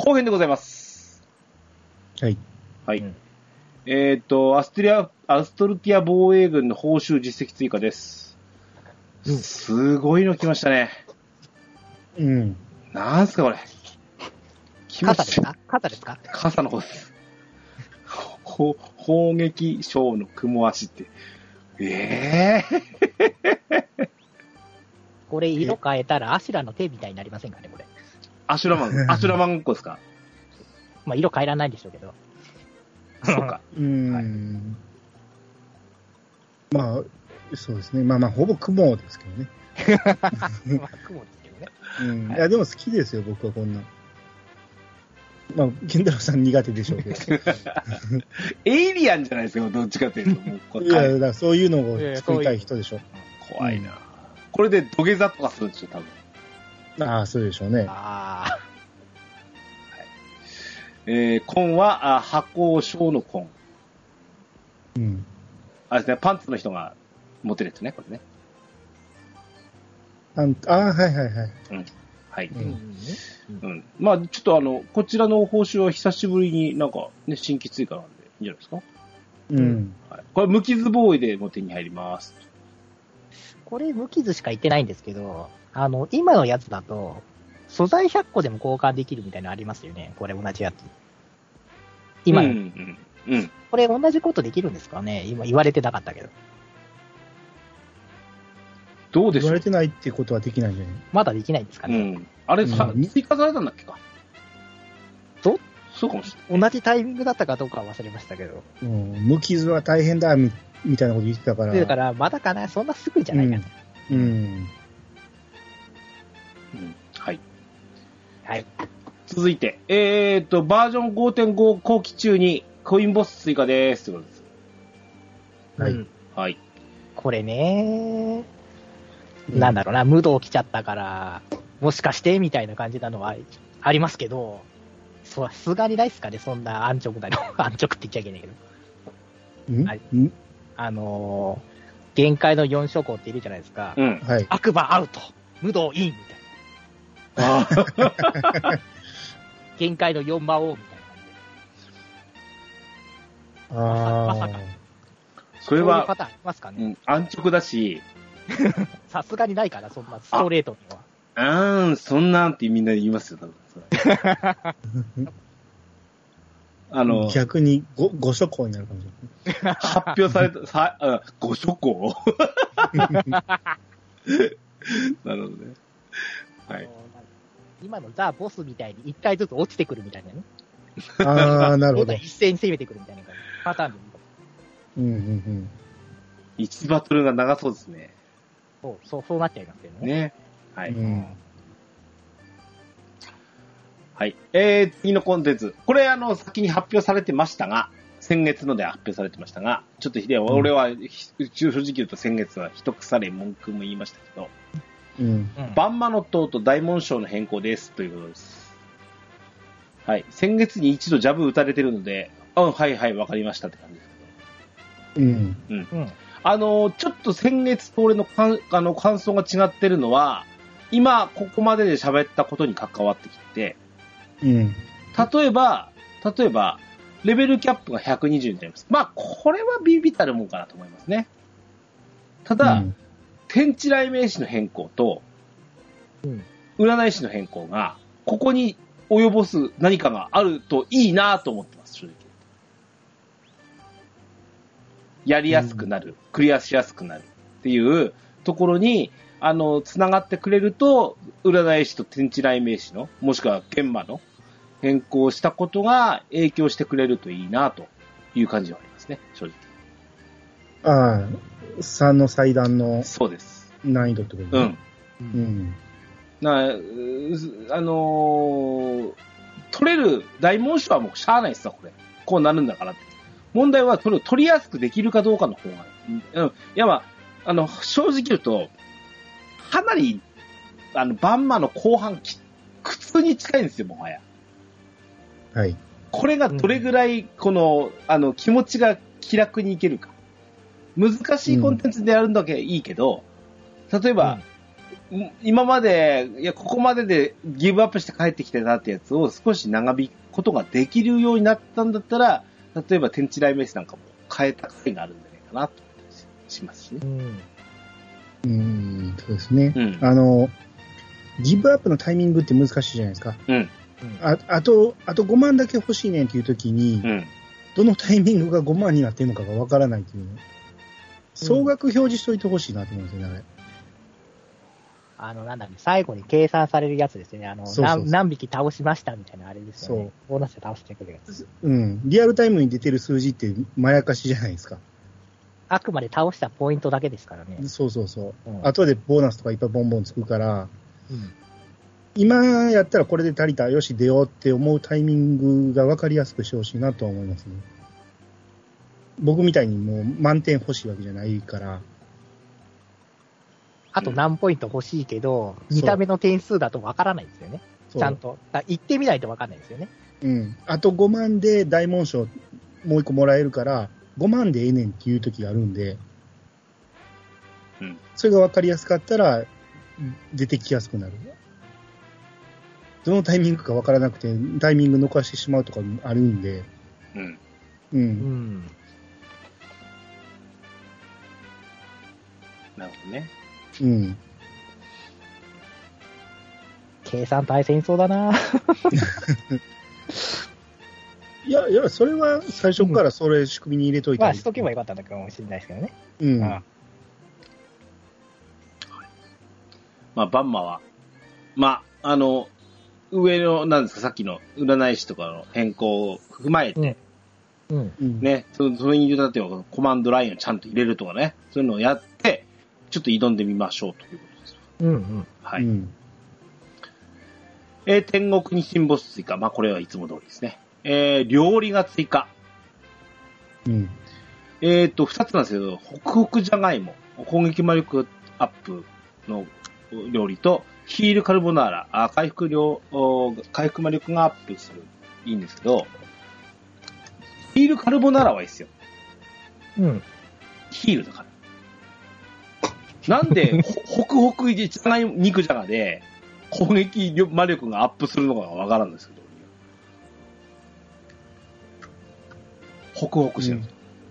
後編でございます。 はい。 はい。アストルティア防衛軍の報酬実績追加です。すごいの来ましたね。 うん。 なんすかこれ。 傘ですか？傘ですか？ 傘の方です。砲撃将の雲足って。 これ色変えたらアシュラの手みたいになりませんかね、これ。 アシュラマンっ子ですか？ まあ色変えられないんでしょうけど。 そうか。 はい、まあ、そうですね。まあ、ほぼ雲ですけどね。 まあ雲ですけどね。 いや、でも好きですよ、僕はこんな。まあ、ケンタロウさん苦手でしょうけど。 エイリアンじゃないですか、どっちかっていうと。 いや、だからそういうのを作りたい人でしょ。 怖いな。これで土下座とかするんでしょ、多分。 ああ、そうでしょうね。 はい 、紺は箱小の紺。 うん。 あれですね、パンツの人が持ってるやつね、これね。 はいはいはい。 うん。はい。 うん。 まあ、ちょっとこちらの報酬は久しぶりになんかね、新規追加なんで、いいんじゃないですか？ うん。 はい、これ、無傷防衛でも手に入ります。 これ、無傷しか言ってないんですけど、今のやつだと、素材100個でも交換できるみたいなのありますよね。これ同じやつ。今の。これ同じことできるんですかね？今言われてなかったけど。 どうでしょう？ 言われてないってことはできないんじゃない？ まだできないんですかね。 あれさ、追加されたんだっけか？そうかもしれない。 同じタイミングだったかどうかは忘れましたけど。 無傷は大変だみたいなこと言ってたから。 だから、まだかな？そんなすぐじゃないかな。 はい。 はい。 続いて、バージョン 5.5 後期中にコインボス追加です。ということです。 はい。 はい。 これね、なんだろうな、無道来ちゃったから、もしかしてみたいな感じなのはありますけど、さすがにないっすかね、そんな安直なの。安直って言っちゃいけないけど。限界の4諸行っているじゃないですか。 はい。 悪魔アウト、無道インみたいな。限界の4魔王みたいな感じで。まさか。 それは、 そういうパターンありますかね。 安直だし、 さすがにないから、そんなストレートには。 そんなんってみんな言いますよ、多分。 逆に5諸行になるかもしれない。 発表された、5諸行なるほどね。はい。 今のザ・ボスみたいに1回ずつ落ちてくるみたいなね。 なるほど。 一斉に攻めてくるみたいなパターンで見た。 1バトルが長そうですね。 そうなっちゃいますけどね。 ね。はい。はい。次のコンテンツ。これ先に発表されてましたが、先月ので発表されてましたが、ちょっと俺は正直言うと先月は一腐れ文句も言いましたけど、バンマの塔と大紋章の変更ですということです。はい。先月に一度ジャブ打たれてるので、はいはい、わかりましたって感じですけど。ちょっと先月と俺の感想が違ってるのは、今、ここまでで喋ったことに関わってきて、例えば、レベルキャップが120になります。まあ、これはビビたるもんかなと思いますね。ただ、天地雷鳴師の変更と、占い師の変更が、ここに及ぼす何かがあるといいなと思ってます、正直。やりやすくなる、クリアしやすくなるっていうところに、つながってくれると、占い師と天地雷鳴師の、もしくは玄馬の変更したことが影響してくれるといいなという感じはありますね、正直。 3の祭壇のそうです。 難易度ってことね。 取れる大紋章はもうしゃあないっすわ、これ。こうなるんだからって。問題は、それを取りやすくできるかどうかの方が。いや、まあ、正直言うと、かなり、バンマの後半、苦痛に近いんですよ、もはや。 はい。 これがどれぐらい、気持ちが気楽にいけるか。難しいコンテンツでやるんだけいいけど、例えば、 今まで、いや、ここまででギブアップして帰ってきてたってやつを少し長引くことができるようになったんだったら、例えば天地雷鳴士なんかも変えた回があるんじゃないかなと思ったりしますしね。 そうですね。ギブアップのタイミングって難しいじゃないですか。あと5万だけ欲しいねんっていう時に、どのタイミングが5万になってるのかがわからないっていうね。総額表示しといてほしいなと思うんですよね。 なんだろう、最後に計算されるやつですよね。何匹倒しましたみたいなあれですよね。ボーナスで倒してくるやつ。 リアルタイムに出てる数字ってまやかしじゃないですか。 あくまで倒したポイントだけですからね。 そう。後でボーナスとかいっぱいボンボンつくから、今やったらこれで足りた、よし出ようって思うタイミングが分かりやすくしてほしいなとは思いますね。僕みたいにもう満点欲しいわけじゃないから。 あと何ポイント欲しいけど、見た目の点数だと分からないんですよね。ちゃんと。言ってみないと分かんないですよね。 あと5万で大紋章もう1個もらえるから、5万でええねんっていう時があるんで、それが分かりやすかったら、出てきやすくなる。どのタイミングか分からなくて、タイミング逃してしまうとかあるんで、 なるほどね。 計算大変そうだないや、それは最初からそれ仕組みに入れといて。 しとけばよかったんだかもしれないですけどね。 バンマは、上の、なんですか、さっきの占い師とかの変更を踏まえて、ね、それに言うたってはコマンドラインをちゃんと入れるとかね、そういうのをやって、ちょっと挑んでみましょうということです。はい。天国に新ボス追加。これはいつも通りですね。料理が追加。二つなんですけど、ホクホクじゃがいも、攻撃魔力アップの料理と、ヒールカルボナーラ、回復魔力がアップする。いいんですけど、ヒールカルボナーラはいいですよ。ヒールだから。なんで、ホクホクじゃがいも、肉じゃがで、攻撃魔力がアップするのかがわからんですけど、ホクホクしてる。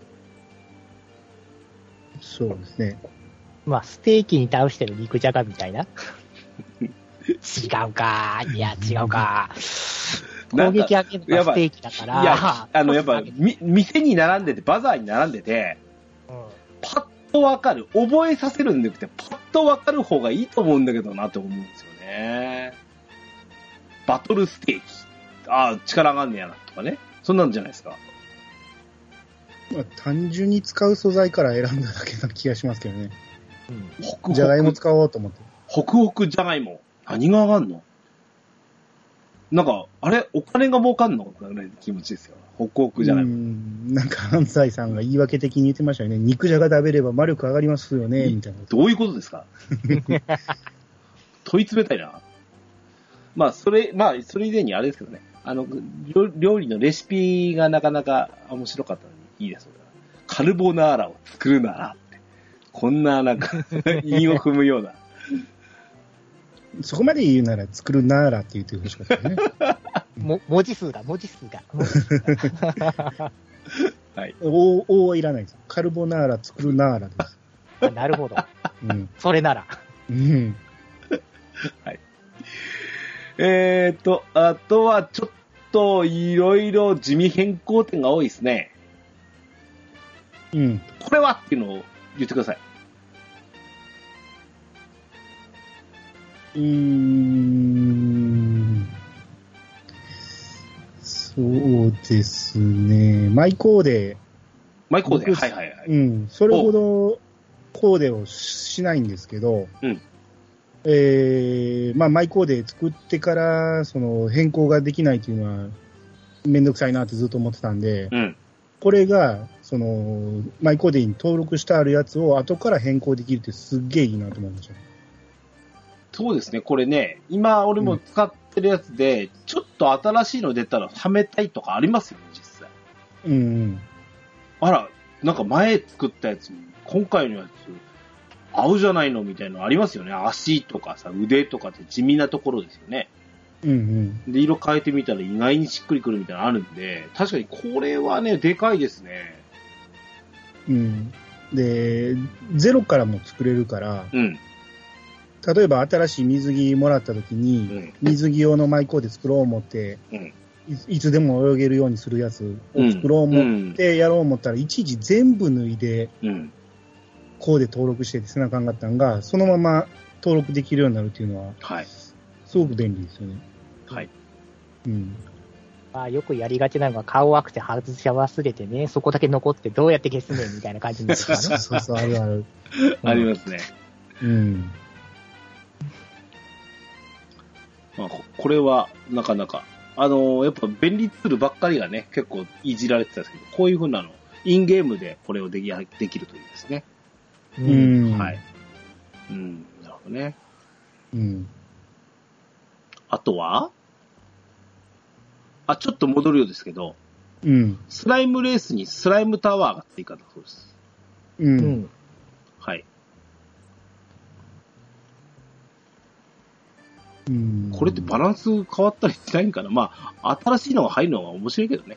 そうですね。 ステーキに倒してる肉じゃがみたいな。違うか。いや、違うか。攻撃上げるのがステーキだから。 いや、やっぱ、店に並んでて、バザーに並んでて、パッとわかる。覚えさせるんじゃなくて、パッとわかる方がいいと思うんだけどなって思うんですよね。バトルステーキ。力があんねやな、とかね。そんなんじゃないですか。 単純に使う素材から選んだだけな気がしますけどね。じゃがいも使おうと思って。 ホクホクじゃがいも。何が上がんの？なんか、あれお金が儲かんのかぐらいの気持ちですよ。ホクホクじゃがいも。 なんか、安西さんが言い訳的に言ってましたよね。肉じゃが食べれば魔力上がりますよね、みたいな。 どういうことですか？問い詰めたいな。それ以前にあれですけどね。料理のレシピがなかなか面白かったのにいいですよ。カルボナーラを作るならって。こんななんか、韻を踏むような。 そこまで言うなら作るなーらって言ってほしかったね。 文字数が。 はい。 おはいらないです。カルボナーラ作るなーらです。 なるほど。それなら。 はい。あとはちょっといろいろ地味変更点が多いですね。これはっていうのを言ってください。 そうですね。マイコーデ。 はい。 それほどコーデをしないんですけど、マイコーデ作ってから、変更ができないっていうのは、めんどくさいなってずっと思ってたんで、これが、マイコーデに登録してあるやつを後から変更できるってすっげえいいなと思いました。 そうですね、これね、今俺も使ってるやつで、ちょっと新しいの出たらはめたいとかありますよね、実際。あら、なんか前作ったやつ、今回のやつ、 合うじゃないのみたいなのありますよね。足とかさ、腕とかって地味なところですよね。 うんうん。 で、色変えてみたら意外にしっくりくるみたいなのあるんで、確かにこれはね、でかいですね。 うん。で、ゼロからも作れるから、 うん。 例えば新しい水着もらった時に、水着用のマイコーで作ろう思って、いつでも泳げるようにするやつを作ろう思ってやろう思ったら、いちいち全部脱いで、コーデ登録してて背中があったんが、そのまま登録できるようになるっていうのは、はい、すごく便利ですよね。 はい。 うん。 まあ、よくやりがちなのが顔アクセ外し忘れてね、そこだけ残ってどうやって消すねんみたいな感じになるからね。 そうそう、あるある。 ありますね。 うん。 まあ、これはなかなか、やっぱ便利ツールばっかりがね、結構いじられてたんですけど、こういう風なの、インゲームでこれをできるといいですね。 うん。 はい。うん、なるほどね。 うん。 あとはちょっと戻るようですけど、 うん。 スライムレースにスライムタワーが追加だそうです。 うん。 はい。これってバランス変わったりしないんかな。まあ、新しいのが入るのが面白いけどね。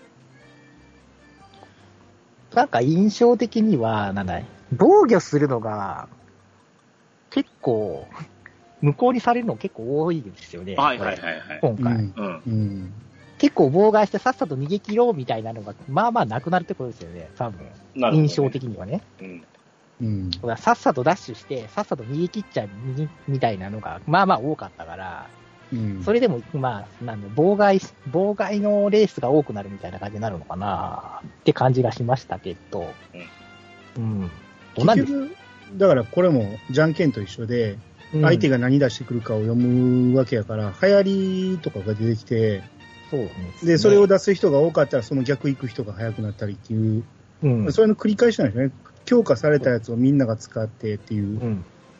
なんか印象的には、防御するのが、結構、無効にされるの結構多いですよね。 はいはいはいはい。 今回。 うん結構妨害してさっさと逃げ切ろうみたいなのが、まあまあなくなるってことですよね、多分。ね、印象的にはね。さっさとダッシュして、さっさと逃げ切っちゃうみたいなのが、まあまあ多かったから、それでも、まあ、妨害のレースが多くなるみたいな感じになるのかなって感じがしましたけど、 結局、だからこれもじゃんけんと一緒で、相手が何出してくるかを読むわけやから、流行りとかが出てきて、 そうね。 で、それを出す人が多かったら、その逆行く人が早くなったりっていう、それの繰り返しなんですね。強化されたやつをみんなが使ってっていう。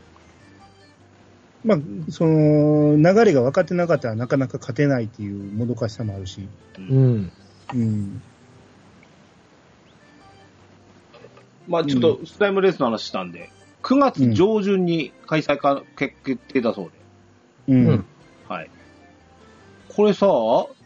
まあ、その、流れが分かってなかったらなかなか勝てないっていうもどかしさもあるし。 まあ、ちょっとスライムレースの話したんで、9月上旬に開催決定だそうで。はい。これさ、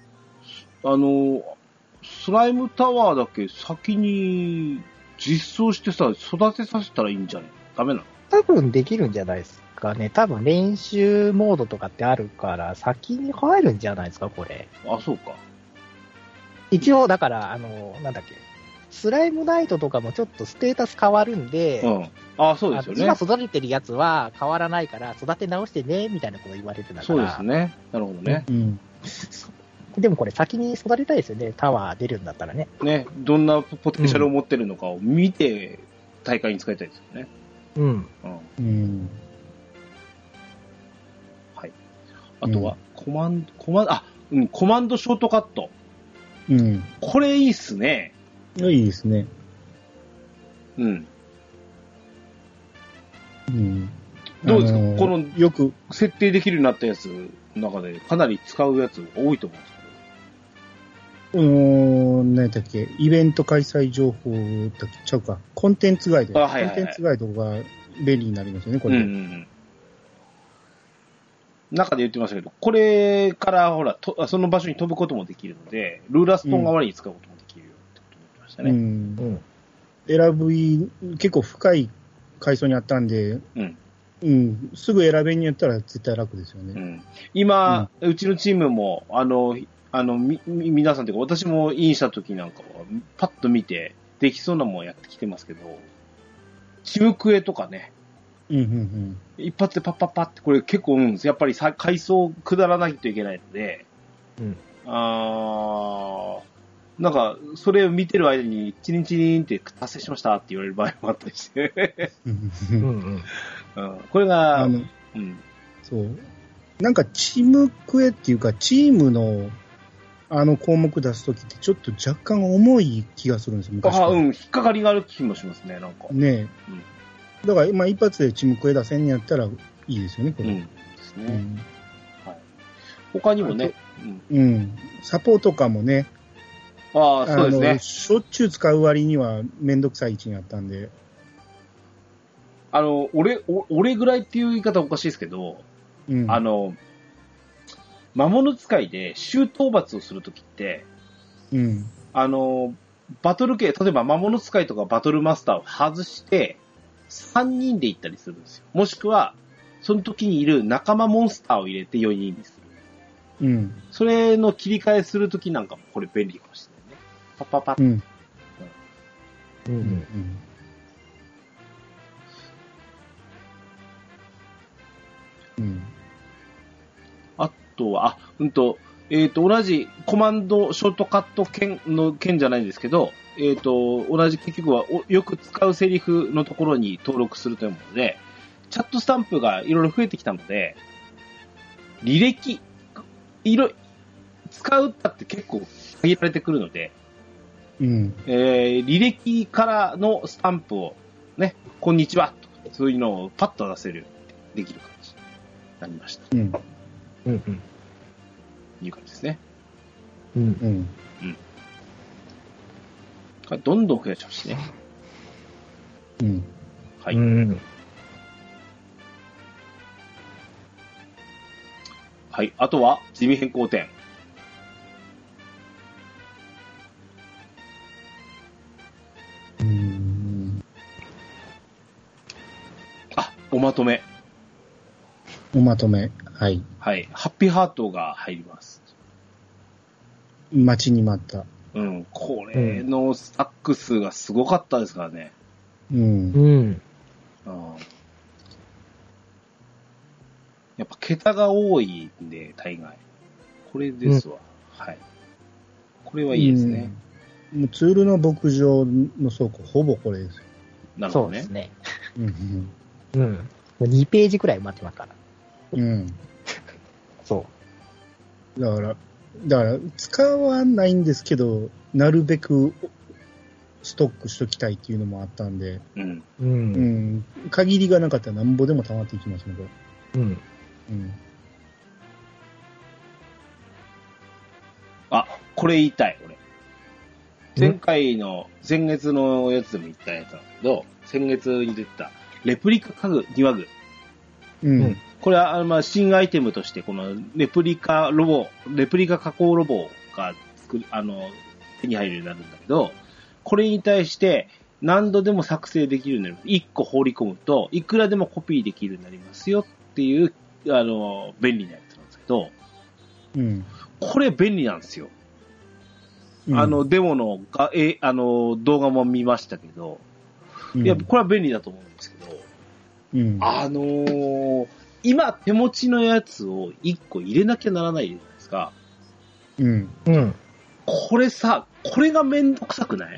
スライムタワーだけ先に実装してさ、育てさせたらいいんじゃない？ダメなの？ 多分できるんじゃないですかね。多分練習モードとかってあるから、先に入るんじゃないですか、これ。 そうか。 一応、だから、なんだっけ。スライムナイトとかもちょっとステータス変わるんで、 そうですよね。 今育ててるやつは変わらないから、育て直してね、みたいなこと言われてたから。 そうですね。なるほどね。 でもこれ先に育てたいですよね。タワー出るんだったらね。 ね、どんなポテンシャルを持ってるのかを見て、大会に使いたいですよね。はい。あとは、コマンドショートカット。これいいっすね。 いいですね。 どうですか、この、よく設定できるようになったやつの中で、かなり使うやつ多いと思うんですけど。 何だっけ、イベント開催情報だっけちゃうか。コンテンツガイド。コンテンツガイドが便利になりますよね、これ。 中で言ってましたけど、これからほら、その場所に飛ぶこともできるので、ルーラーストーン代わりに使うこともできるよってことになってましたね。 結構深い階層にあったんで、すぐ選べにやったら絶対楽ですよね。 今、うちのチームも、皆さんというか、私もインした時なんかは、パッと見て、できそうなもんやってきてますけど、チムクエとかね、一発でパッパッパって、これ結構、やっぱり階層下らないといけないので、なんか、それを見てる間に、チリンチリンって達成しましたって言われる場合もあったりして、これが、 そう。なんかチームクエっていうか、チームの項目出すときってちょっと若干重い気がするんですよ、昔から。 引っかかりがある気もしますね、なんか。 ねえ。だから今一発でチームクエ出せんやったらいいですよね、これ。 ですね。他にもね。 サポートかもね。 そうですね。 しょっちゅう使う割にはめんどくさい位置にあったんで。 俺ぐらいっていう言い方おかしいですけど、 うん、 魔物使いで周討伐をするときって、 うん、 バトル系、例えば魔物使いとかバトルマスターを外して、3人で行ったりするんですよ。もしくは、その時にいる仲間モンスターを入れて4人にする。 うん。 それの切り替えするときなんかもこれ便利かもしれないね。パッパッパッ。 うん。 うん。うん。 うん。 あとは、同じコマンドショートカット剣じゃないんですけど、同じ結局はよく使うセリフのところに登録するというもので、チャットスタンプがいろいろ増えてきたので、履歴、使うったって結構限られてくるので、 うん。 履歴からのスタンプをね、こんにちはと、そういうのをパッと出せるようにできる感じになりました。 うん。 うん。うん。 いう感じですね。 うん。 うん。 うん。どんどん増やしてほしいね。 うん。 はい。 うん。 はい。あとは、地味変更点。おまとめ。 おまとめ。はい。 はい。ハッピーハートが入ります。 待ちに待った。 うん。これのスタック数がすごかったですからね。 うん。 うん。 やっぱ桁が多いんで、大概。これですわ。はい。これはいいですね。 もうツールの牧場の倉庫、ほぼこれです。 なるほどね。 そうですね。 うん。 うん。もう2ページくらい埋まってますから。 うん。 そう。 だから、使わないんですけど、なるべくストックしときたいっていうのもあったんで、 うん。 うん。 限りがなかったらなんぼでも溜まっていきますね、これ。 うん。 うん。 あ、これ言いたい、俺。前月のやつでも言ったやつなんだけど、先月に出た、レプリカ家具、庭具。 うん。 これは、新アイテムとして、この、レプリカ加工ロボが手に入るようになるんだけど、これに対して、何度でも作成できるようになる。1個放り込むと、いくらでもコピーできるようになりますよっていう、便利なやつなんですけど、 うん。 これ便利なんですよ。デモの動画も見ましたけど、いや、これは便利だと思うんですけど、今手持ちのやつを1個入れなきゃならないじゃないですか。 うん。 これがめんどくさくない？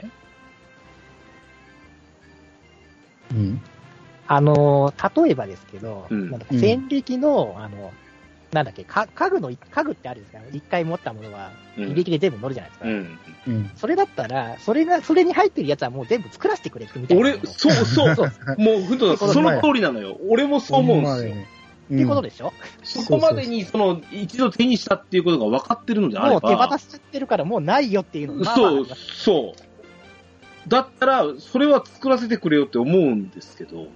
うん。 例えばですけど、戦歴の、家具ってあるんですか？一回持ったものは、履歴で全部載るじゃないですか。それだったら、それに入ってるやつはもう全部作らせてくれってみたいな。 そう。もう、その通りなのよ。俺もそう思うんですよ。 っていうことでしょ？ そこまでに、一度手にしたっていうことが分かってるのであれば。 もう手渡しちゃってるからもうないよっていうのが。 そう。だったら、それは作らせてくれよって思うんですけど。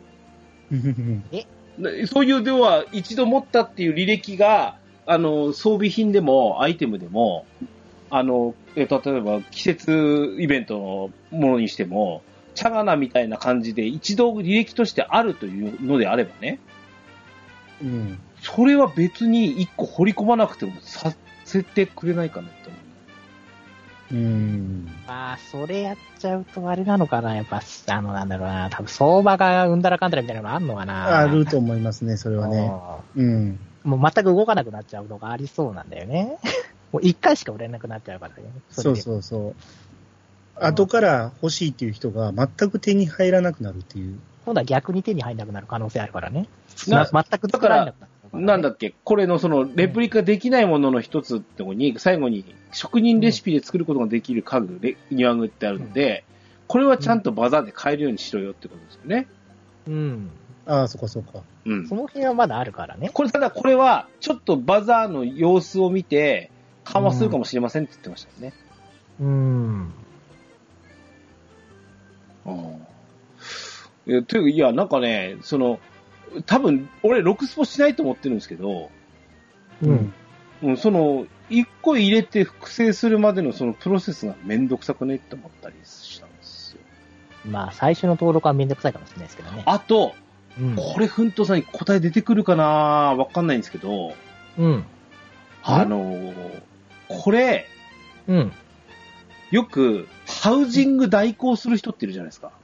そういうでは、一度持ったっていう履歴が、装備品でも、アイテムでも、例えば、季節イベントのものにしても、チャガナみたいな感じで、一度履歴としてあるというのであればね、それは別に一個掘り込まなくてもさせてくれないかなって思う。 まあ、それやっちゃうとあれなのかな、やっぱ、なんだろうな、多分相場がうんだらかんだらみたいなのあんのかな。 あると思いますね、それはね。 もう全く動かなくなっちゃうのがありそうなんだよね。もう一回しか売れなくなっちゃうからね。 そう。後から欲しいっていう人が全く手に入らなくなるっていう。 今度は逆に手に入らなくなる可能性あるからね。全く作られなくなる。 なんだっけ、これのレプリカできないものの一つってとこに、最後に職人レシピで作ることができる家具、庭具ってあるので、これはちゃんとバザーで買えるようにしろよってことですよね。 ああ、そうか。 その辺はまだあるからね。 ただこれは、ちょっとバザーの様子を見て、緩和するかもしれませんって言ってましたよね。 いや、なんかね、多分、俺、ロクスポしないと思ってるんですけど、一個入れて複製するまでのそのプロセスがめんどくさくねって思ったりしたんですよ。 まあ、最初の登録はめんどくさいかもしれないですけどね。 あと、これ、ふんとさんに答え出てくるかなわかんないんですけど、これ、よく、ハウジング代行する人っているじゃないですか。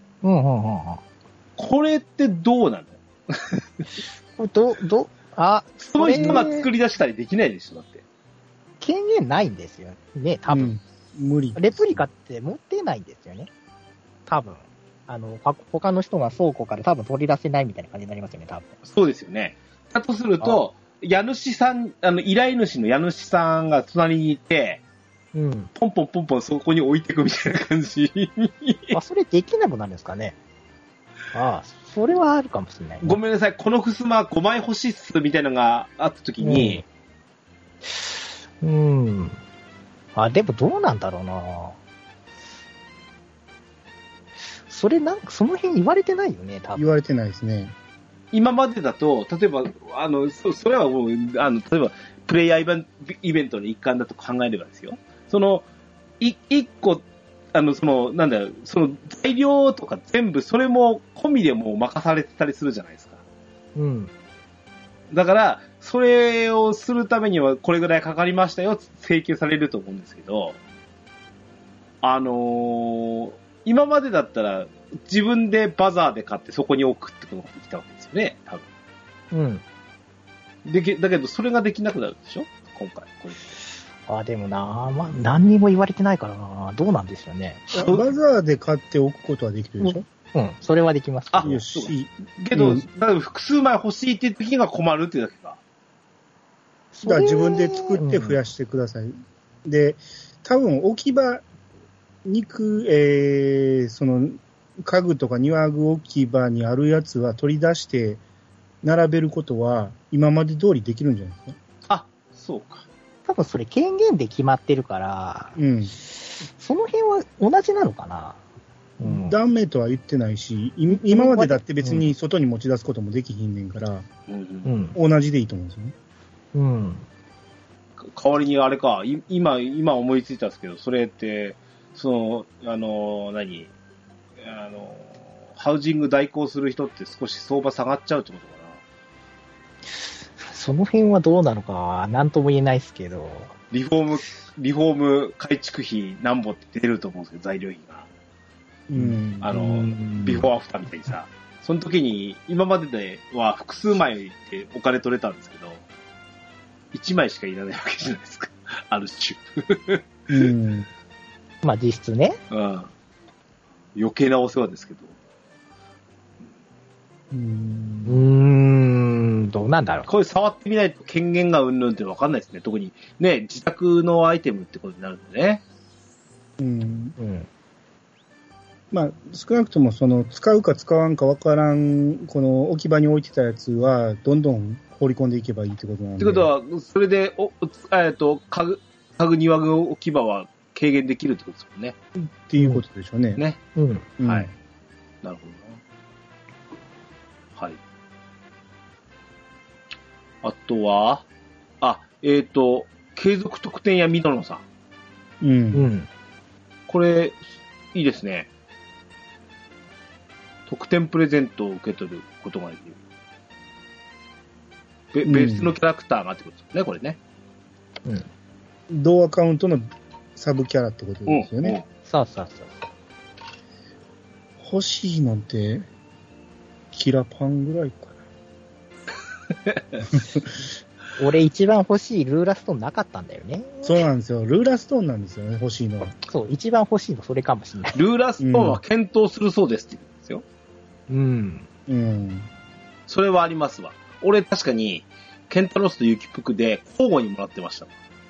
これってどうなの？その人が作り出したりできないでしょ、だって。 権限ないんですよね、多分。 無理。 レプリカって持ってないんですよね。多分。他の人が倉庫から多分取り出せないみたいな感じになりますよね、多分。 そうですよね。だとすると、家主さん、依頼主の家主さんが隣にいて、ポンポンポンポンそこに置いていくみたいな感じ。 それできなくなるんですかね。それはあるかもしれない、ね。 ごめんなさい、この襖5枚欲しいっすみたいなのがあったときに、 でもどうなんだろうな。それその辺言われてないよね、多分。 言われてないですね。 今までだと、例えば、それはもう、例えば、プレイヤーイベントの一環だと考えればですよ。一個、材料とか全部、それも込みでもう任されてたりするじゃないですか。だから、それをするためにはこれぐらいかかりましたよ、請求されると思うんですけど、今までだったら、自分でバザーで買ってそこに置くってことができたわけですよね、多分。だけど、それができなくなるでしょ今回、これ。 でも何にも言われてないからな。どうなんですよね。 バザーで買っておくことはできるでしょ？ それはできます。 よし。けど、だから複数枚欲しいっていう時が困るっていうだけか。 だから自分で作って増やしてください。で、多分置き場、家具とか庭具置き場にあるやつは取り出して並べることは今まで通りできるんじゃないですか。 そうか。 多分それ権限で決まってるから、その辺は同じなのかな。 ダメとは言ってないし、今までだって別に外に持ち出すこともできひんねんから、同じでいいと思うんですよね。 代わりにあれか、今思いついたんですけど、それって、ハウジング代行する人って少し相場下がっちゃうってことかな。 その辺はどうなのか、なんとも言えないですけど。 リフォーム改築費何本って出ると思うんですけど、材料費が。ビフォーアフターみたいにさ、その時に、今まででは複数枚ってお金取れたんですけど、1枚しかいらないわけじゃないですか。ある種。 まあ実質ね。 余計なお世話ですけど。 どうなんだろう。 これ触ってみないと権限がうんぬんって分かんないですね。特にね、自宅のアイテムってことになるんでね。 まあ、少なくとも使うか使わんか分からん、この置き場に置いてたやつは、どんどん放り込んでいけばいいってことなんで。 ってことは、それで、家具庭具置き場は軽減できるってことですもんね。 っていうことでしょうね。 ね。はい。なるほどな。はい。あとは、継続特典やミドノさん。これ、いいですね。特典プレゼントを受け取ることができる。別のキャラクターがってことですね、これね。 同アカウントのサブキャラってことですよね。 そう。 欲しいのって、キラパンぐらいかな。 俺一番欲しいルーラストーンなかったんだよね。 そうなんですよ。ルーラストーンなんですよね、欲しいのは。 そう、一番欲しいのそれかもしれない。 ルーラストーンは検討するそうですって言うんですよ。それはありますわ。俺確かに、ケンタロスとユキプクで交互にもらってました。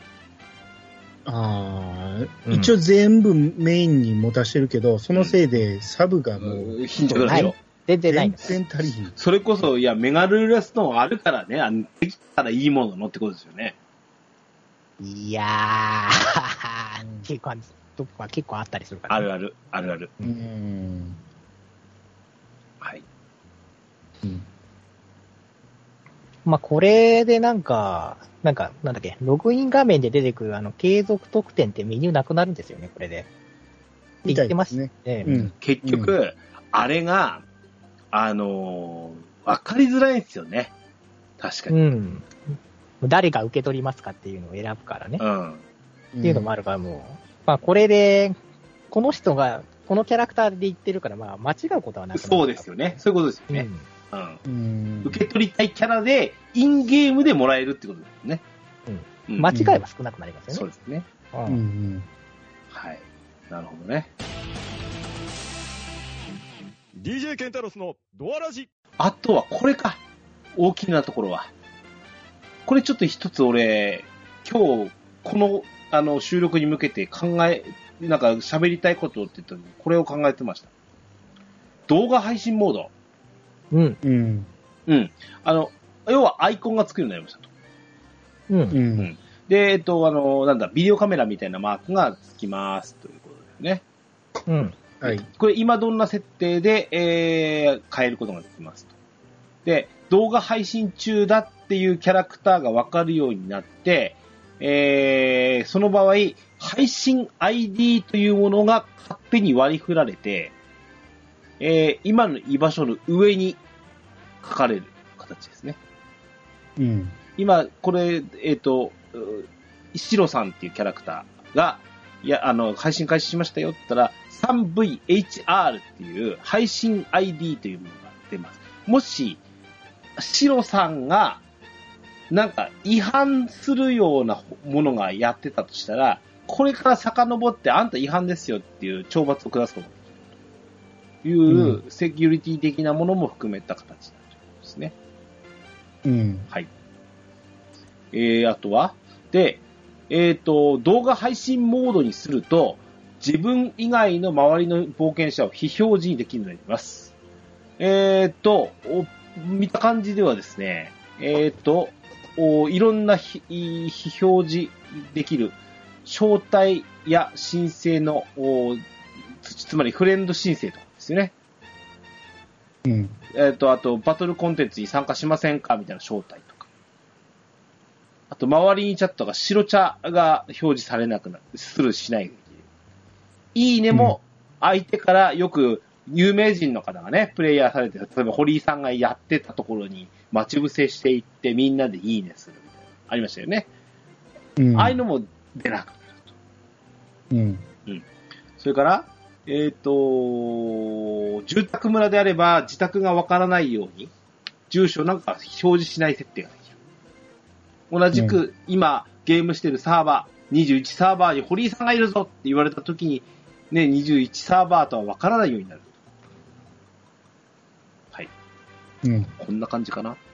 一応全部メインに持たしてるけど、そのせいでサブがもう、 貧弱でしょ。 全然ない。 全然足りひん。 それこそ、メガルーラストーンあるからね、できたらいいもののってことですよね。 いやー、っていう感じとか結構あったりするから、 ね。ある。 はい。 まあ、これでなんだっけ、ログイン画面で出てくる継続特典ってメニューなくなるんですよね、これで。 みたいですね。 結局、あれが、わかりづらいんですよね。確かに。 誰が受け取りますかっていうのを選ぶからね。っていうのもあるからもう、まあこれで、この人が、このキャラクターで言ってるから、まあ間違うことはなくなる。 そうですよね。そういうことですよね。受け取りたいキャラで、インゲームでもらえるってことですよね。 間違いは少なくなりますよね。 そうですね。はい。なるほどね。 DJ ケンタロスのドアラジ。 あとはこれか。大きなところは。これちょっと一つ俺、今日、この、収録に向けてなんか喋りたいことって言ったのに、これを考えてました。動画配信モード。要はアイコンがつくようになりましたと。で、ビデオカメラみたいなマークがつきますということですね。はい。これ今どんな設定で、変えることができますと。で、動画配信中だっていうキャラクターがわかるようになって、その場合、配信 ID というものが勝手に割り振られて、今の居場所の上に書かれる形ですね。今、これ、シロさんっていうキャラクターが、配信開始しましたよって言ったら、3VHR っていう配信 ID というものが出ます。もし、シロさんが、なんか違反するようなものがやってたとしたら、これから遡ってあんた違反ですよっていう懲罰を下すことができるという、セキュリティ的なものも含めた形になるということですね。はい。あとは、で、動画配信モードにすると、自分以外の周りの冒険者を非表示にできるようになります。見た感じではですね、いろんな非表示できる招待や申請の、つまりフレンド申請とかですよね。あと、バトルコンテンツに参加しませんかみたいな招待とか。あと、周りにチャットが白茶が表示されなくなる。スルーしない。いいねも、相手からよく有名人の方がね、プレイヤーされて、例えば堀井さんがやってたところに待ち伏せしていってみんなでいいねするみたいな。ありましたよね。ああいうのも出なくなると。それから、住宅村であれば自宅がわからないように、住所なんか表示しない設定ができる。同じく、今、ゲームしてるサーバー、21サーバーに堀井さんがいるぞって言われたときに、ね、21サーバーとはわからないようになる。はい。こんな感じかな。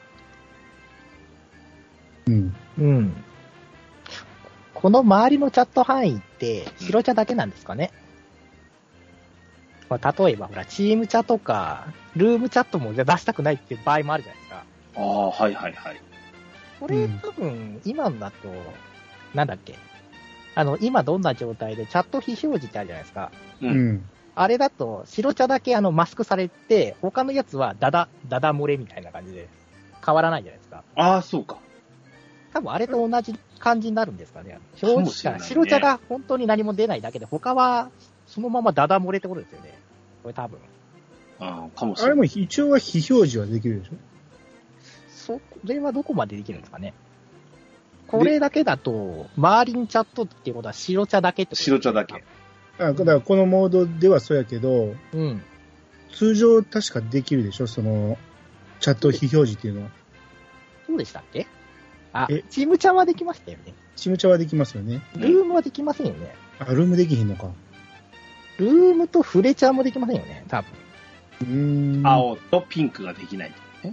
この周りのチャット範囲って、白茶だけなんですかね。まあ、例えば、ほら、チームチャとか、ルームチャットも出したくないっていう場合もあるじゃないですか。 はいはいはい。 これ、多分、今のだと、なんだっけ。今どんな状態でチャット非表示ってあるじゃないですか。あれだと、白茶だけマスクされて、他のやつはダダ漏れみたいな感じで、変わらないじゃないですか。 そうか。 多分あれと同じ感じになるんですかね。白茶が本当に何も出ないだけで、他はそのままダダ漏れってことですよね。これ多分。 かもしれない。 あれも一応は非表示はできるでしょ？ それはどこまでできるんですかね。これだけだと、周りにチャットっていうことは白茶だけってことですか？ 白茶だけ。 だからこのモードではそうやけど、通常確かできるでしょ？その、チャット非表示っていうのは。 そうでしたっけ？チーム茶はできましたよね。 チーム茶はできますよね。 ルームはできませんよね。 ルームできひんのか。 ルームとフレ茶もできませんよね、多分。 青とピンクができないとね。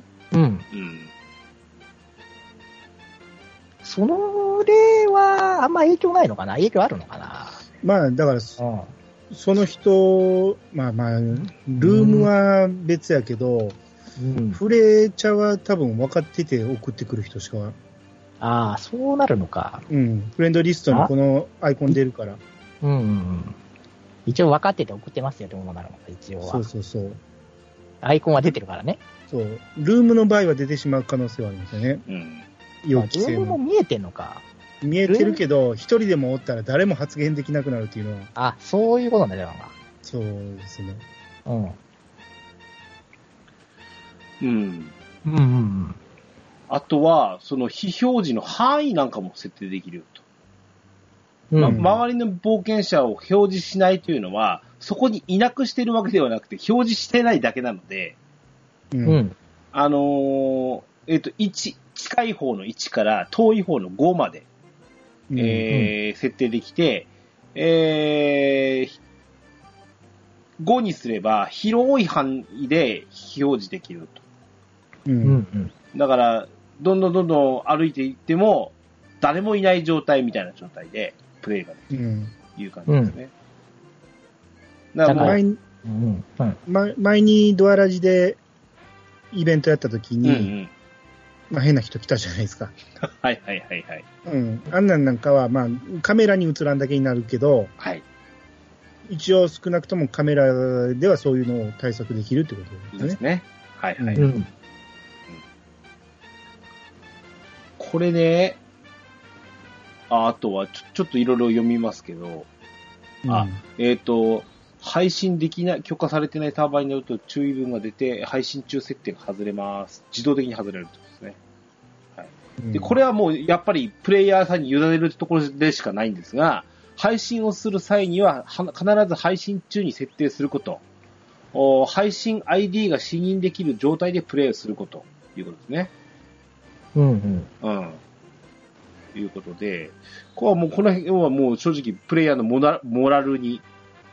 それは、あんま影響ないのかな？影響あるのかな？ まあ、だから、その人、ルームは別やけど、フレ茶は多分分かってて送ってくる人しか。 そうなるのか。 フレンドリストにこのアイコン出るから。 一応分かってて送ってますよってものなのか、一応は。 そう。 アイコンは出てるからね。 そう。ルームの場合は出てしまう可能性はありますよね。 うん。 ルームも見えてんのか。 見えてるけど、一人でもおったら誰も発言できなくなるっていうのは。 あ、そういうことなんだよな。 そうですね。 うん。 うん。 うん。 あとは、その非表示の範囲なんかも設定できると。 うん。 周りの冒険者を表示しないというのは、そこにいなくしてるわけではなくて、表示してないだけなので、 うん。 近い方の1から遠い方の5まで、設定できて、5にすれば広い範囲で表示できると。だから、どんどん歩いていっても、誰もいない状態みたいな状態でプレイができるという感じですね。 だから前にドアラジでイベントやった時に、まあ変な人来たじゃないですか。 はい。 うん。あんなんかは、まあ、カメラに映らんだけになるけど、 はい。 一応少なくともカメラではそういうのを対策できるってことですね。 ですね。はい。これね、あとはちょっといろいろ読みますけど、配信できない、許可されてないサーバーになると注意文が出て、配信中設定が外れます。自動的に外れるってことですね。はい。で、これはもうやっぱりプレイヤーさんに委ねるところでしかないんですが、配信をする際には必ず配信中に設定すること。配信 ID が視認できる状態でプレイをすることということですね。ということで、この辺はもう正直プレイヤーのモラルに、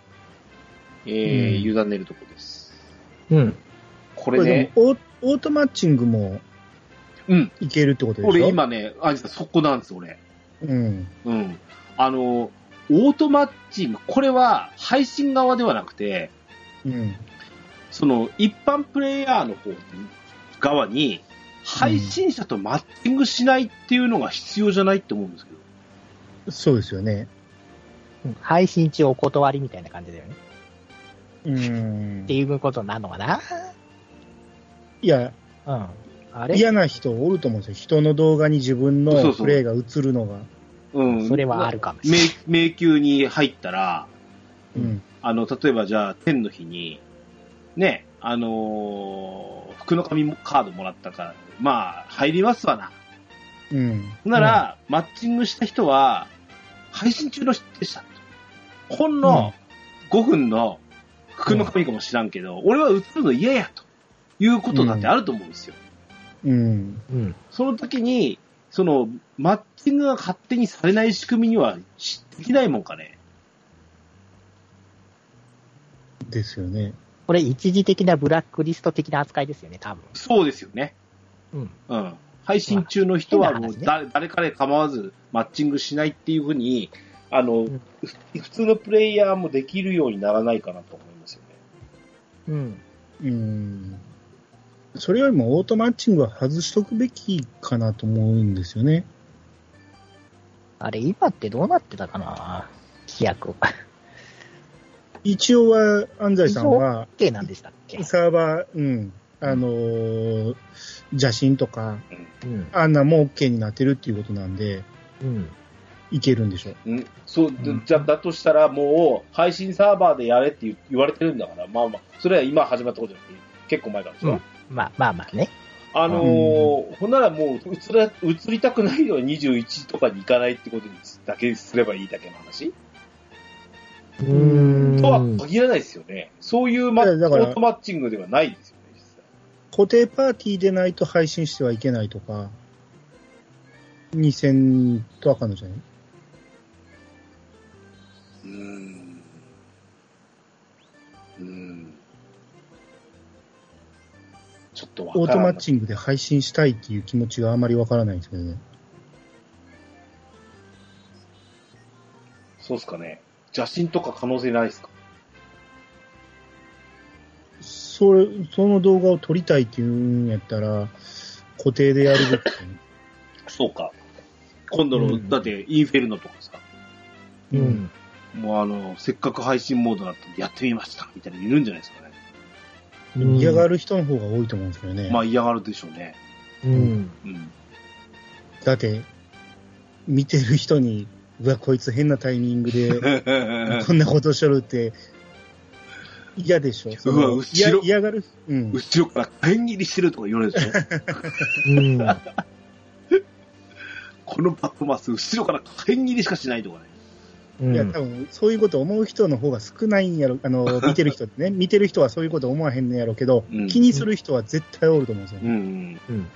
委ねるところです。これね。 オートマッチングも、いけるってことでしょ？ 俺今ね、そこなんです、俺。オートマッチング、これは配信側ではなくて、その一般プレイヤーの方側に配信者とマッチングしないっていうのが必要じゃないって思うんですけど。 そうですよね。 配信中お断りみたいな感じだよね。っていうことなのかな？ いや、 あれ？ 嫌な人おると思うんですよ。人の動画に自分のプレイが映るのが。 それはあるかもしれない。 迷宮に入ったら、例えばじゃあ、天の日に、ね、福の神カードもらったから、まあ、入りますわな。なら、マッチングした人は、配信中の人でした。ほんの5分の福の神かもしらんけど、俺は映るの嫌や、ということだってあると思うんですよ。その時に、その、マッチングが勝手にされない仕組みにはできないもんかね。 ですよね。 これ一時的なブラックリスト的な扱いですよね、多分。 そうですよね。配信中の人はもう誰彼構わずマッチングしないっていうふうに、普通のプレイヤーもできるようにならないかなと思いますよね。 それよりもオートマッチングは外しとくべきかなと思うんですよね。 あれ、今ってどうなってたかな、規約。 一応は、安西さんは、 OK なんでしたっけ？ サーバー、邪神とか、あんなも OK になってるっていうことなんで、いけるんでしょう。 そう、じゃだとしたらもう、配信サーバーでやれって言われてるんだから、まあまあ、それは今始まったことじゃなくて、結構前からでしょ。 まあね。 ほんならもう映りたくないのは21とかに行かないってことにだけすればいいだけの話とは限らないですよね。そういうオートマッチングではないですよね、実際。 固定パーティーでないと配信してはいけないとか、2000とわかんのじゃない？ ちょっとオートマッチングで配信したいっていう気持ちがあまりわからないんですけどね。 そうっすかね。邪神とか可能性ないですか？ その動画を撮りたいっていうんやったら、固定でやるべき、ね。 そうか。今度の、だってインフェルノとかさ。もうせっかく配信モードだったんでやってみましたみたいなのいるんじゃないですかね。 嫌がる人の方が多いと思うんですけどね。 まあ嫌がるでしょうね。 だって、見てる人に、うわ、こいつ変なタイミングで、こんなことしとるって、嫌でしょ。嫌がる。 後ろから火炎切りしてるとか言われるでしょ。このバックマス、後ろから火炎切りしかしないとかね。 いや、多分、そういうこと思う人の方が少ないんやろ。見てる人ってね、見てる人はそういうこと思わへんのやろうけど、気にする人は絶対おると思うんですよね。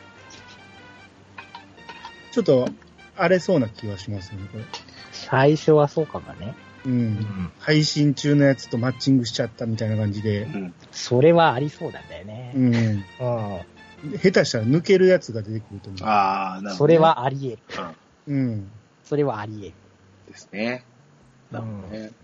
ちょっと、荒れそうな気はしますね、これ。 最初はそうかもね。 配信中のやつとマッチングしちゃったみたいな感じで。 それはありそうなんだよね。 下手したら抜けるやつが出てくると思う。 なるほどね。それはあり得る。それはあり得る。 ですね。なるほどね。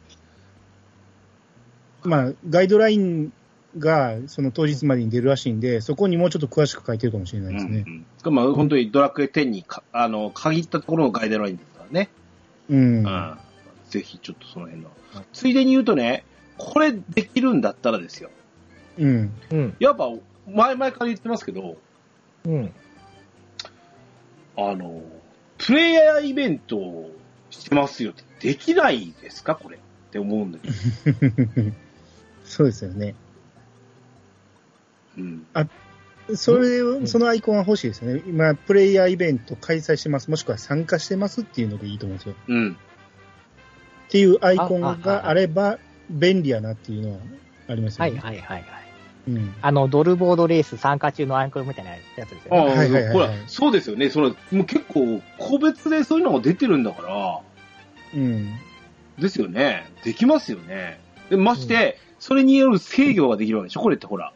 まあ、ガイドラインがその当日までに出るらしいんで、そこにもうちょっと詳しく書いてるかもしれないですね。 まあ、本当にドラクエ10に限ったところのガイドラインですからね。ぜひちょっとその辺の。ついでに言うとね、これできるんだったらですよ。やっぱ、前々から言ってますけど、プレイヤーイベントをしてますよってできないですかこれって思うんだけど。 そうですよね。そのアイコンは欲しいですよね。今、プレイヤーイベント開催してます、もしくは参加してますっていうのでいいと思うんですよ。っていうアイコンがあれば便利やなっていうのはありますよね。 ドルボードレース参加中のアイコンみたいなやつですよね。 そうですよね。もう結構個別でそういうのが出てるんだから。ですよね。できますよね。でまして、それによる制御ができるわけでしょこれってほら。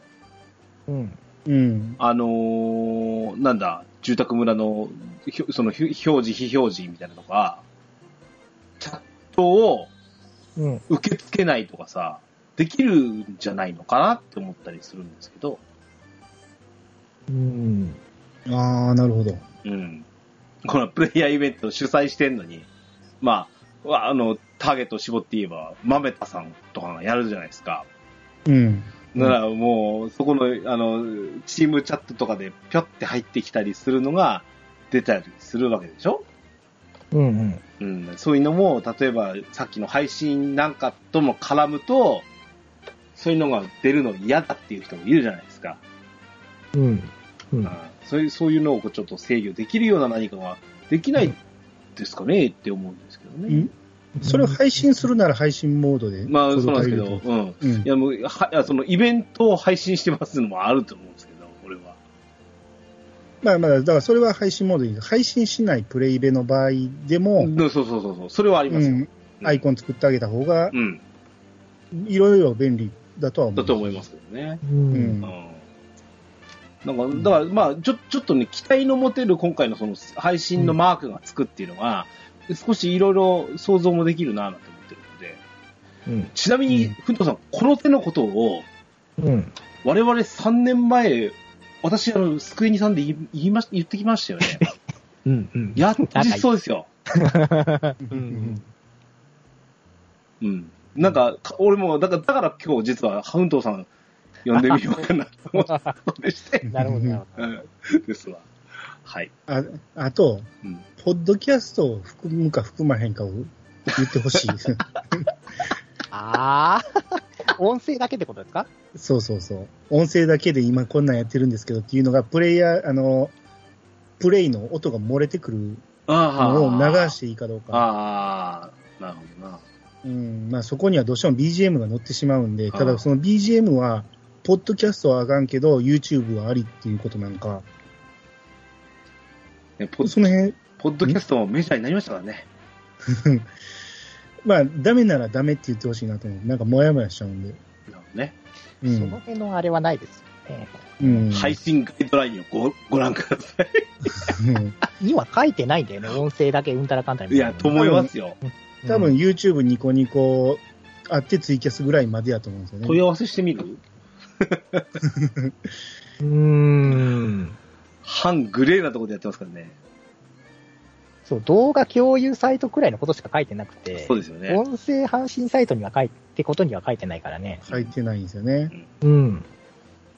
なんだ、住宅村の、その表示、非表示みたいなのが、チャットを受け付けないとかさ、できるんじゃないのかなって思ったりするんですけど。 ああ、なるほど。 このプレイヤーイベントを主催してんのに、まあ、ターゲットを絞って言えば、豆田さんとかがやるじゃないですか。ならもう、そこの、チームチャットとかでぴょって入ってきたりするのが出たりするわけでしょ？そういうのも、例えばさっきの配信なんかとも絡むと、そういうのが出るの嫌だっていう人もいるじゃないですか。そういうのをちょっと制御できるような何かができないですかねって思うんですけどね。 それを配信するなら配信モードで。 まあそうなんですけど、いやもうそのイベントを配信してますのもあると思うんですけど、これは。 まあだからそれは配信モードで配信しないプレイベの場合でも、 そうそれはありますよ。 アイコン作ってあげた方が、いろいろ便利だとは思う。 だと思いますけどね。なんかだからまあちょっとね期待の持てる今回のその配信のマークがつくっていうのが。少しいろいろ想像もできるなぁなんて思ってるので、ちなみに、ふんとさん、この手のことを、我々3年前、私、スクエニさんで言ってきましたよね。やっと実装ですよ。なんか、俺も、だから今日実は、ふんとさん呼んでみようかなと思ったのでして。 なるほど。 ですわ。はい。 あと、ポッドキャストを含むか含まへんかを言ってほしい。 音声だけってことですか？ そう。音声だけで今こんなんやってるんですけどっていうのが、プレイの音が漏れてくるのを流していいかどうか。 なるほどな。 まあそこにはどうしても BGM が載ってしまうんで、ただその BGM は、ポッドキャストはあかんけど、YouTube はありっていうことなのか。その辺。 ポッドキャストもメジャーになりましたからね。 まあ、ダメならダメって言ってほしいなと思う。なんかモヤモヤしちゃうんで。 なるほどね。 その辺のあれはないですよね。 配信ガイドラインをご覧ください。には書いてないんだよね。音声だけうんたらかんたら。 いや、と思いますよ。 多分 YouTube ニコニコあってツイキャスぐらいまでやと思うんですよね。 問い合わせしてみる？半グレーなところでやってますからね。 そう、動画共有サイトくらいのことしか書いてなくて、 そうですよね。 音声配信サイトにはってことには書いてないからね。 書いてないんですよね。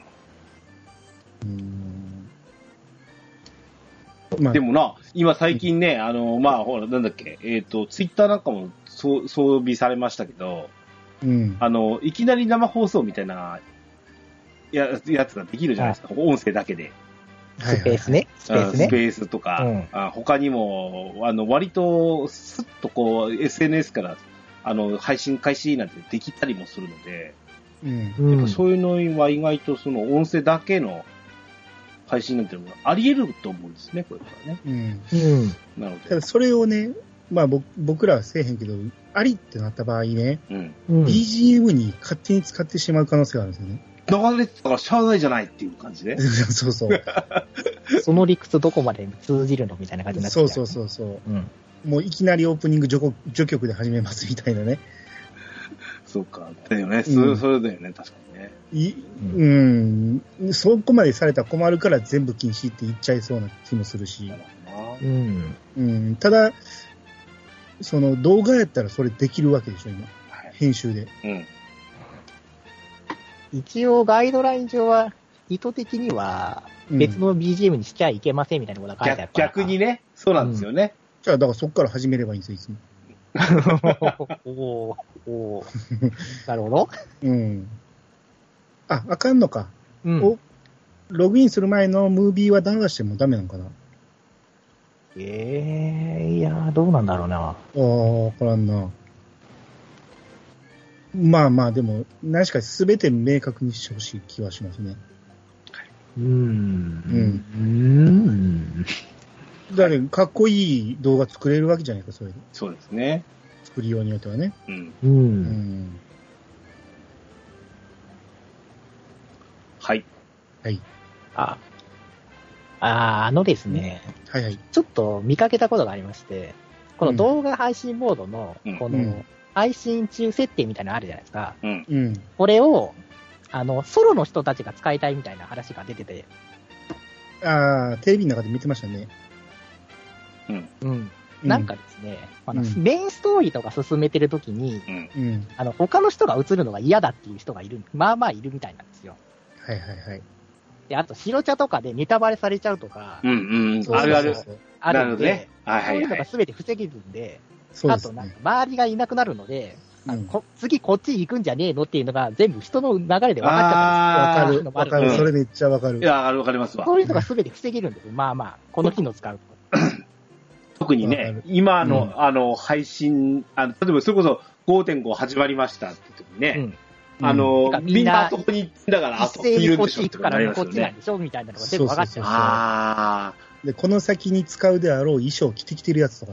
まあ、でもな、今最近ね、まあ、ほら、なんだっけ、ツイッターなんかも装備されましたけど、うん、いきなり生放送みたいなやつができるじゃないですか、音声だけで。 スペースね。 スペースとか、他にも、割と、スッとこう、SNS から、配信開始なんてできたりもするので、やっぱそういうのは意外とその音声だけの配信なんていうのがあり得ると思うんですね、これからね。 なので。ただそれをね、まあ僕らはせえへんけど、ありってなった場合ね、BGM に勝手に使ってしまう可能性があるんですよね。 流れてたからしゃあないじゃないっていう感じで。 そうそう。 その理屈どこまで通じるのみたいな感じになっちゃう。 そう。もういきなりオープニング序曲で始めますみたいなね。 そうか。だよね。それだよね、確かにね。そこまでされたら困るから全部禁止って言っちゃいそうな気もするし。ただ、その動画やったらそれできるわけでしょ、今。編集で。 一応ガイドライン上は意図的には別の BGM にしちゃいけませんみたいなことが書いてあるから、 逆にね、そうなんですよね。 じゃあだからそこから始めればいいんですよ、いつも。 おなるほど。 あかんのか。ログインする前のムービーはダウンロードしてもダメなのかな。 いやどうなんだろうな。 わからんな。まあまあ、でも、何しか全て明確にしてほしい気はしますね。だから、かっこいい動画作れるわけじゃないか、それで。 そうですね。 作りようによってはね。 はい。 はい。 ですね。 はいはい。 ちょっと見かけたことがありまして、この動画配信モードの、この、配信中設定みたいなのあるじゃないですか。これを、ソロの人たちが使いたいみたいな話が出てて。 テレビの中で見てましたね。 なんかですね、メインストーリーとか進めてるときに、他の人が映るのが嫌だっていう人がいる、まあまあいるみたいなんですよ。 はいはいはい。 で、あと、白茶とかでネタバレされちゃうとか、 あるある。 あるんで、そういうのが全て防げるんで、あと、なんか、周りがいなくなるので、次こっち行くんじゃねえのっていうのが全部人の流れで分かっちゃったんですよ。 わかる。それめっちゃわかる。 いや、わかりますわ。 そういうのが全て防げるんですよ。まあまあ、この機能使うと。 特にね、今の、配信、例えばそれこそ 5.5 始まりましたって時にね、みんなあそこに行ってんだから、あそこにいるんでしょってなりますよね。こっちなんでしょみたいなのが全部分かっちゃう。で、この先に使うであろう衣装を着てきてるやつとかね。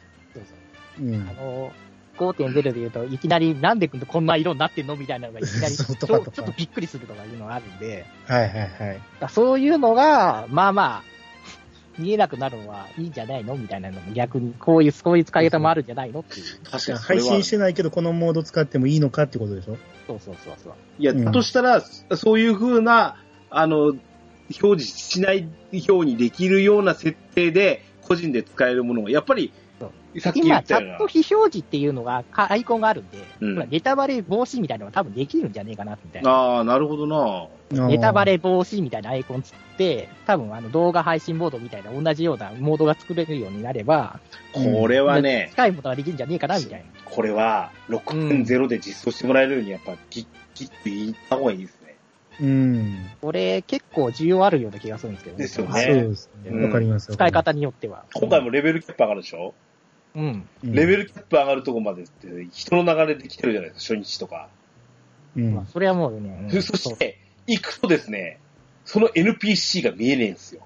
5.0 で言うと、いきなりなんでこんな色になってんのみたいなのがいきなりちょっとびっくりするとかいうのがあるんで、そういうのが、まあまあ、見えなくなるのはいいんじゃないのみたいなのも逆に、こういう使い方もあるんじゃないのっていう。 確かに。配信してないけど、このモード使ってもいいのかってことでしょ？ そう。 いや、としたら、そういう風な、表示しないようにできるような設定で、個人で使えるものが、やっぱり、 今、チャット非表示っていうのが、アイコンがあるんで、ネタバレ防止みたいなのが多分できるんじゃねえかな、みたいな。 なるほどな。 ネタバレ防止みたいなアイコンつって、多分動画配信モードみたいな同じようなモードが作れるようになれば、 これはね、 近いものができるんじゃねえかな、みたいな。 これは、6.0 で実装してもらえるように、やっぱ、ギッと言った方がいいですね。 これ、結構需要あるような気がするんですけどね。ですよね。 そうですね。わかります。 使い方によっては。 今回もレベルキャップ上がるでしょ？レベルキャップ上がるとこまでって人の流れで来てるじゃないですか、初日とか。 それはもうね。 そして、行くとですね、その NPC が見えねえんですよ。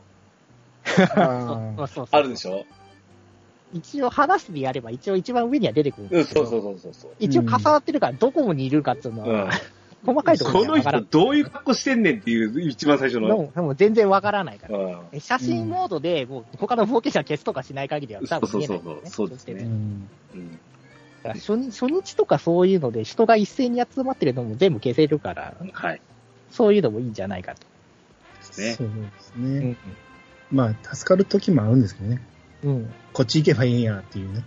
あるでしょ？ 一応話してやれば一応一番上には出てくるんですけど。 そう。 一応重なってるからどこにいるかっていうのは、細かいところこの人どういう格好してんねんっていう一番最初の。 もう全然わからないから。写真モードでもう他の冒険者消すとかしない限りは多分見えない、ね。 そうですね。 だから初日とかそういうので人が一斉に集まってるのも全部消せるから、そういうのもいいんじゃないかと。 そうですね。まあ、助かる時もあるんですけどね。こっち行けばいいんやっていうね。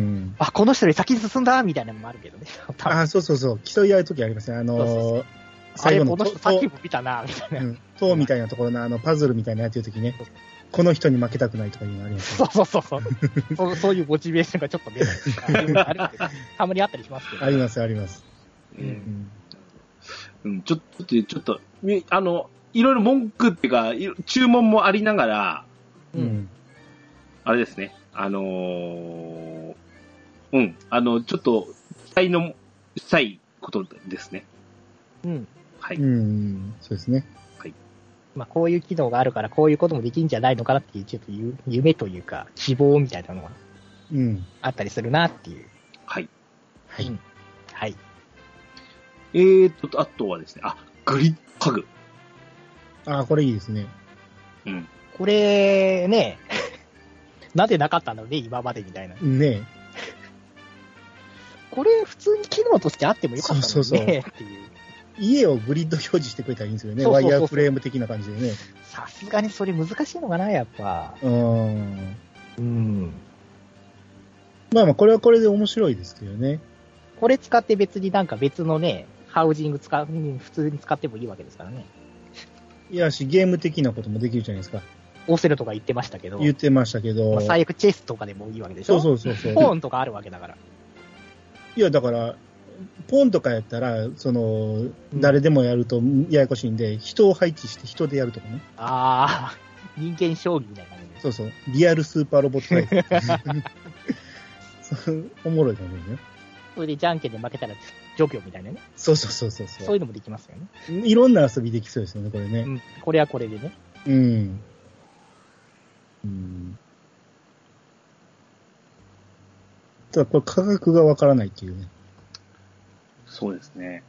この人より先に進んだみたいなのもあるけどね。 そう。競い合う時ありますね。 最後のこの人さっきも見たな、みたいな。 塔みたいなところのパズルみたいなやってるときね、この人に負けたくないとかいうのありますね。 そういうモチベーションがちょっと出たりとか、たまにあったりしますけど。 あります、あります。 ちょっと、いろいろ文句っていうか、注文もありながら、あれですね、ちょっと、期待のしたいことですね。はい。 そうですね。 はい。 まあ、こういう機能があるから、こういうこともできるんじゃないのかなっていう、ちょっと夢というか、希望みたいなのが、あったりするなっていう。 はい。 はい。 はい。 あとはですね、グリッド家具。 これいいですね。 これ、ね、なんでなかったんだろうね、今までみたいな。 ねこれ、普通に機能としてあってもよかったのにね、っていう。 家をグリッド表示してくれたらいいんですよね。ワイヤーフレーム的な感じでね。 さすがにそれ難しいのかな、やっぱ。 まあ、これはこれで面白いですけどね。 これ使って別になんか別のね、ハウジング普通に使ってもいいわけですからね。 いやし、ゲーム的なこともできるじゃないですか。 オセロとか言ってましたけど。 言ってましたけど。 最悪チェスとかでもいいわけでしょ。 そう。 ポーンとかあるわけだから。 いや、だから、ポンとかやったら、誰でもやるとややこしいんで、人を配置して人でやるとかね。 人間将棋みたいな感じで。 そう。リアルスーパーロボットタイプ。おもろい感じね。 それでじゃんけんで負けたら除去みたいなね。 そう。 そういうのもできますよね。 いろんな遊びできそうですよね、これね。 これはこれでね。 ただこれ価格がわからないっていうね。 そうですね。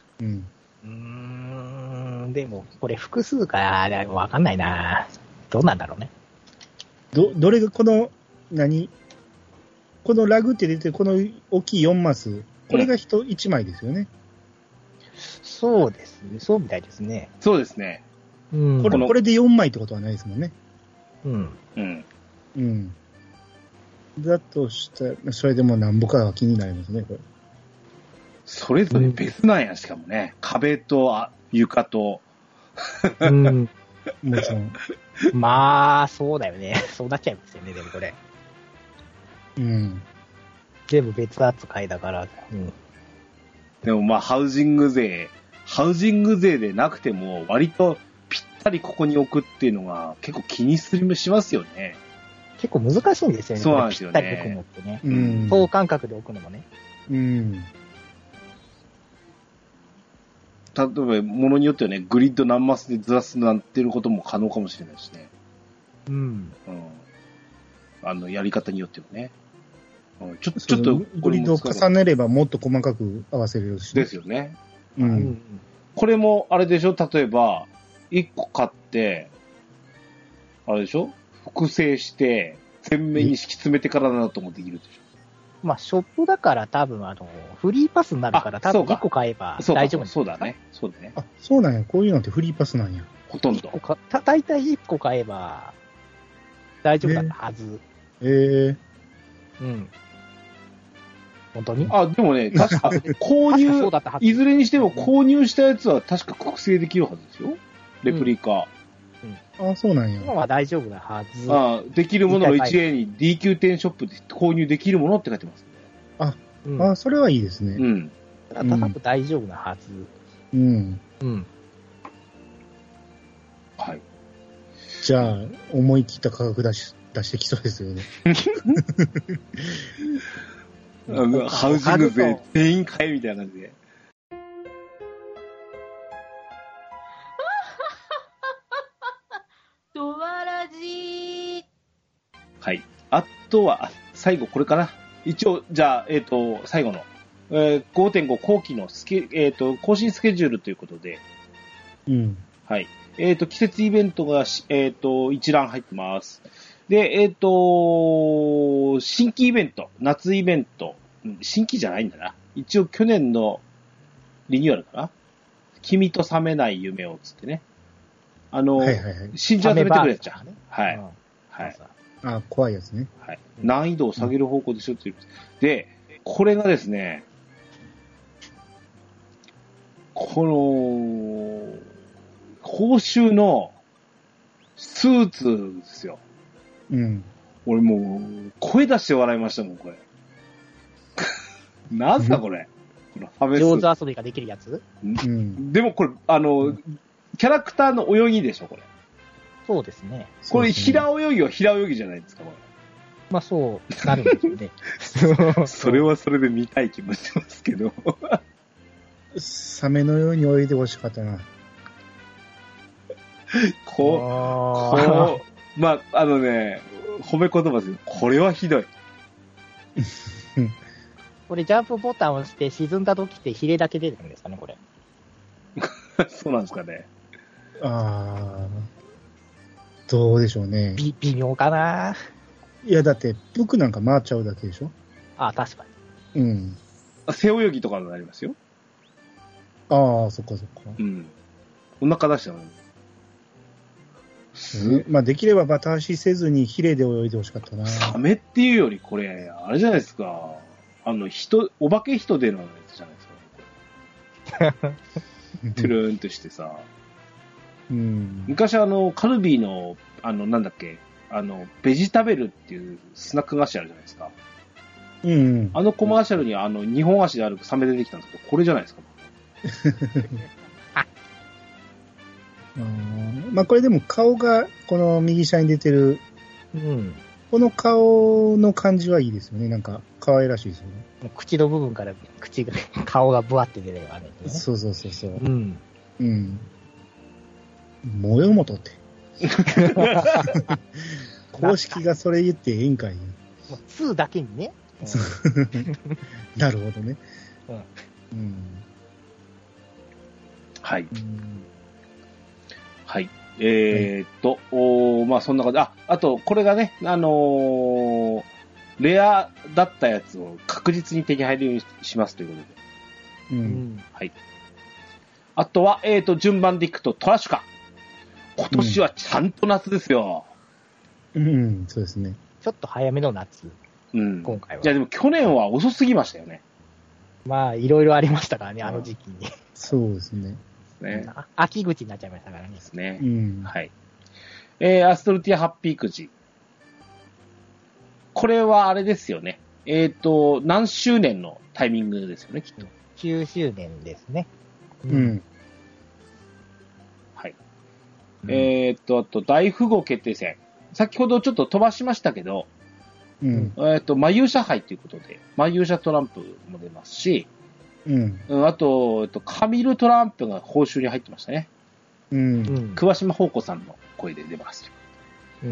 でも、これ複数かわかんないな。どうなんだろうね。 どれがこのラグって出てるこの大きい4マス、これが1枚ですよね。 そうですね。そうみたいですね。 そうですね。 これで4枚ってことはないですもんね。だとしたら、それでもなんぼかが気になりますね、これ。 それぞれ別なんや、しかもね。壁と床と。 もちろん。 まあ、そうだよね。そうなっちゃいますよね、でもこれ。全部別扱いだから。 でもまあ、ハウジング税でなくても、割とぴったりここに置くっていうのが結構気にしますよね。 結構難しいんですよね。 そうなんですよね。 ぴったり置くのってね。等間隔で置くのもね。 例えば、ものによってはね、グリッド何マスでずらすなんていうことも可能かもしれないしね。やり方によってもね。ちょっと、 グリッドを重ねればもっと細かく合わせれるし、 ね。ですよね。これも、あれでしょ、例えば、1個買って、あれでしょ、複製して、全面に敷き詰めてからだともできるでしょ。 まあ、ショップだから多分フリーパスになるから多分1個買えば大丈夫。 そうだね。 そうなんや。こういうのってフリーパスなんや。 ほとんど。 大体1個買えば大丈夫だったはず。本当に？ でもね、確か購入、いずれにしても購入したやつは確か複製できるはずですよ。レプリカ。 そうなんや。 今は大丈夫なはず。 できるものの 1A に DQ10 ショップで購入できるものって書いてますね。それはいいですね。 多分大丈夫なはず。 はい。 じゃあ、思い切った価格出してきそうですよね。 ハウジング税全員買えみたいな感じで。 ドワラジ。 はい。あとは、最後これかな。一応、じゃあ、最後の、5.5 後期の更新スケジュールということで、はい。季節イベントが、一覧入ってます。で、新規イベント、夏イベント、新規じゃないんだな。一応去年のリニューアルかな。君と覚めない夢をつってね。真珠集めてくるやつじゃん。はい。 怖いやつね。 はい。難易度を下げる方向でしょっていう。で、これがですね、ここの、報酬のスーツですよ。 うん。 俺もう、声出して笑いましたもん、これ。なんすか、これ。このファメス。 上手遊びができるやつ？ うん。 でもこれ、キャラクターの泳ぎでしょ、これ。 そうですね。 これ、平泳ぎは平泳ぎじゃないですか、これ。 まあそうなるんですよね。 それはそれで見たい気もしますけど。 サメのように泳いでほしかったな。 まあ、褒め言葉ですけど、これはひどい。 これジャンプボタンを押して沈んだ時ってヒレだけ出るんですかね、これ。 そうなんですかね。 どうでしょうね。 微妙かな。 いや、だって、服なんか回っちゃうだけでしょ？ ああ、確かに。 うん。 背泳ぎとかになりますよ。 ああ、そっかそっか。 うん。お腹出したのに。 まあ、できればバタ足せずにヒレで泳いでほしかったな。 サメっていうより、これ、あれじゃないですか。お化け人でのやつじゃないですか。トゥルーンとしてさ。 うん。 昔カルビーの、なんだっけ、ベジタベルっていうスナック菓子あるじゃないですか。 うん。 コマーシャルに2本足で歩くサメ出てきたんですけど、これじゃないですか。 まあこれでも顔がこの右下に出てる、 うん、 この顔の感じはいいですよね。なんか可愛らしいですよね。 口の部分から顔がブワって出ればね。 そうそうそうそう。 うん。 うん。もよもとって。公式がそれ言ってええんかい。 2だけにね。 なるほどね。 うん。 うん、 はい。 うん、 はい。まあそんな感じ。あと、これがね、レアだったやつを確実に手に入るようにしますということで。 うん。 はい。あとは、順番でいくとトラッシュか。今年はちゃんと夏ですよ。 うん、そうですね。 ちょっと早めの夏。 うん。 今回は。 いや、でも去年は遅すぎましたよね。 まあ、いろいろありましたからね、あの時期に。 そうですね。 秋口になっちゃいましたからね。 ですね。 うん。 はい。アストルティアハッピーくじ。これはあれですよね。何周年のタイミングですよね、きっと。 9周年ですね。 うん。 はい。あと、大富豪決定戦。先ほどちょっと飛ばしましたけど、 うん。 マユーシャ杯ということで、マユーシャトランプも出ますし、 うん。 あと、カミルトランプが報酬に入ってましたね。 うん。 桑島宝子さんの声で出ます。 うん。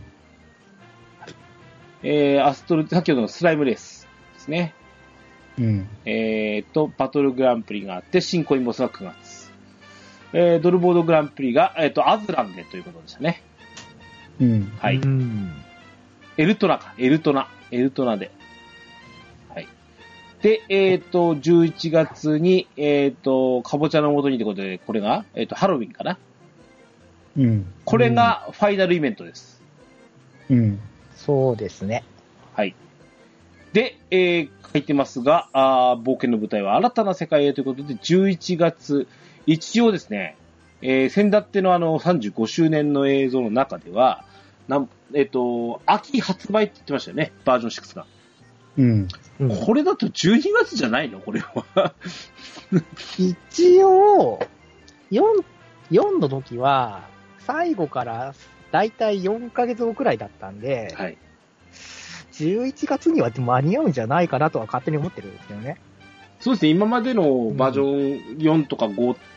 アストル、先ほどのスライムレースですね。 うん。 バトルグランプリがあって、新コインボスが9月。ドルボードグランプリが、アズランでということでしたね。 うん。 はい。エルトナで。はい。で、11月に、かぼちゃの元にということで、これが、ハロウィンかな。 うん。 これがファイナルイベントです。 うん。 そうですね。 はい。で、書いてますが、冒険の舞台は新たな世界へということで、11月、一応ですね、先だっての35周年の映像の中では、秋発売って言ってましたよね、バージョン6が。 うん。 これだと12月じゃないのこれは。 一応、4の時は、最後からだいたい4ヶ月後くらいだったんで、 はい。 11月には間に合うんじゃないかなとは勝手に思ってるんですよね。 そうですね、今までのバージョン4とか5って、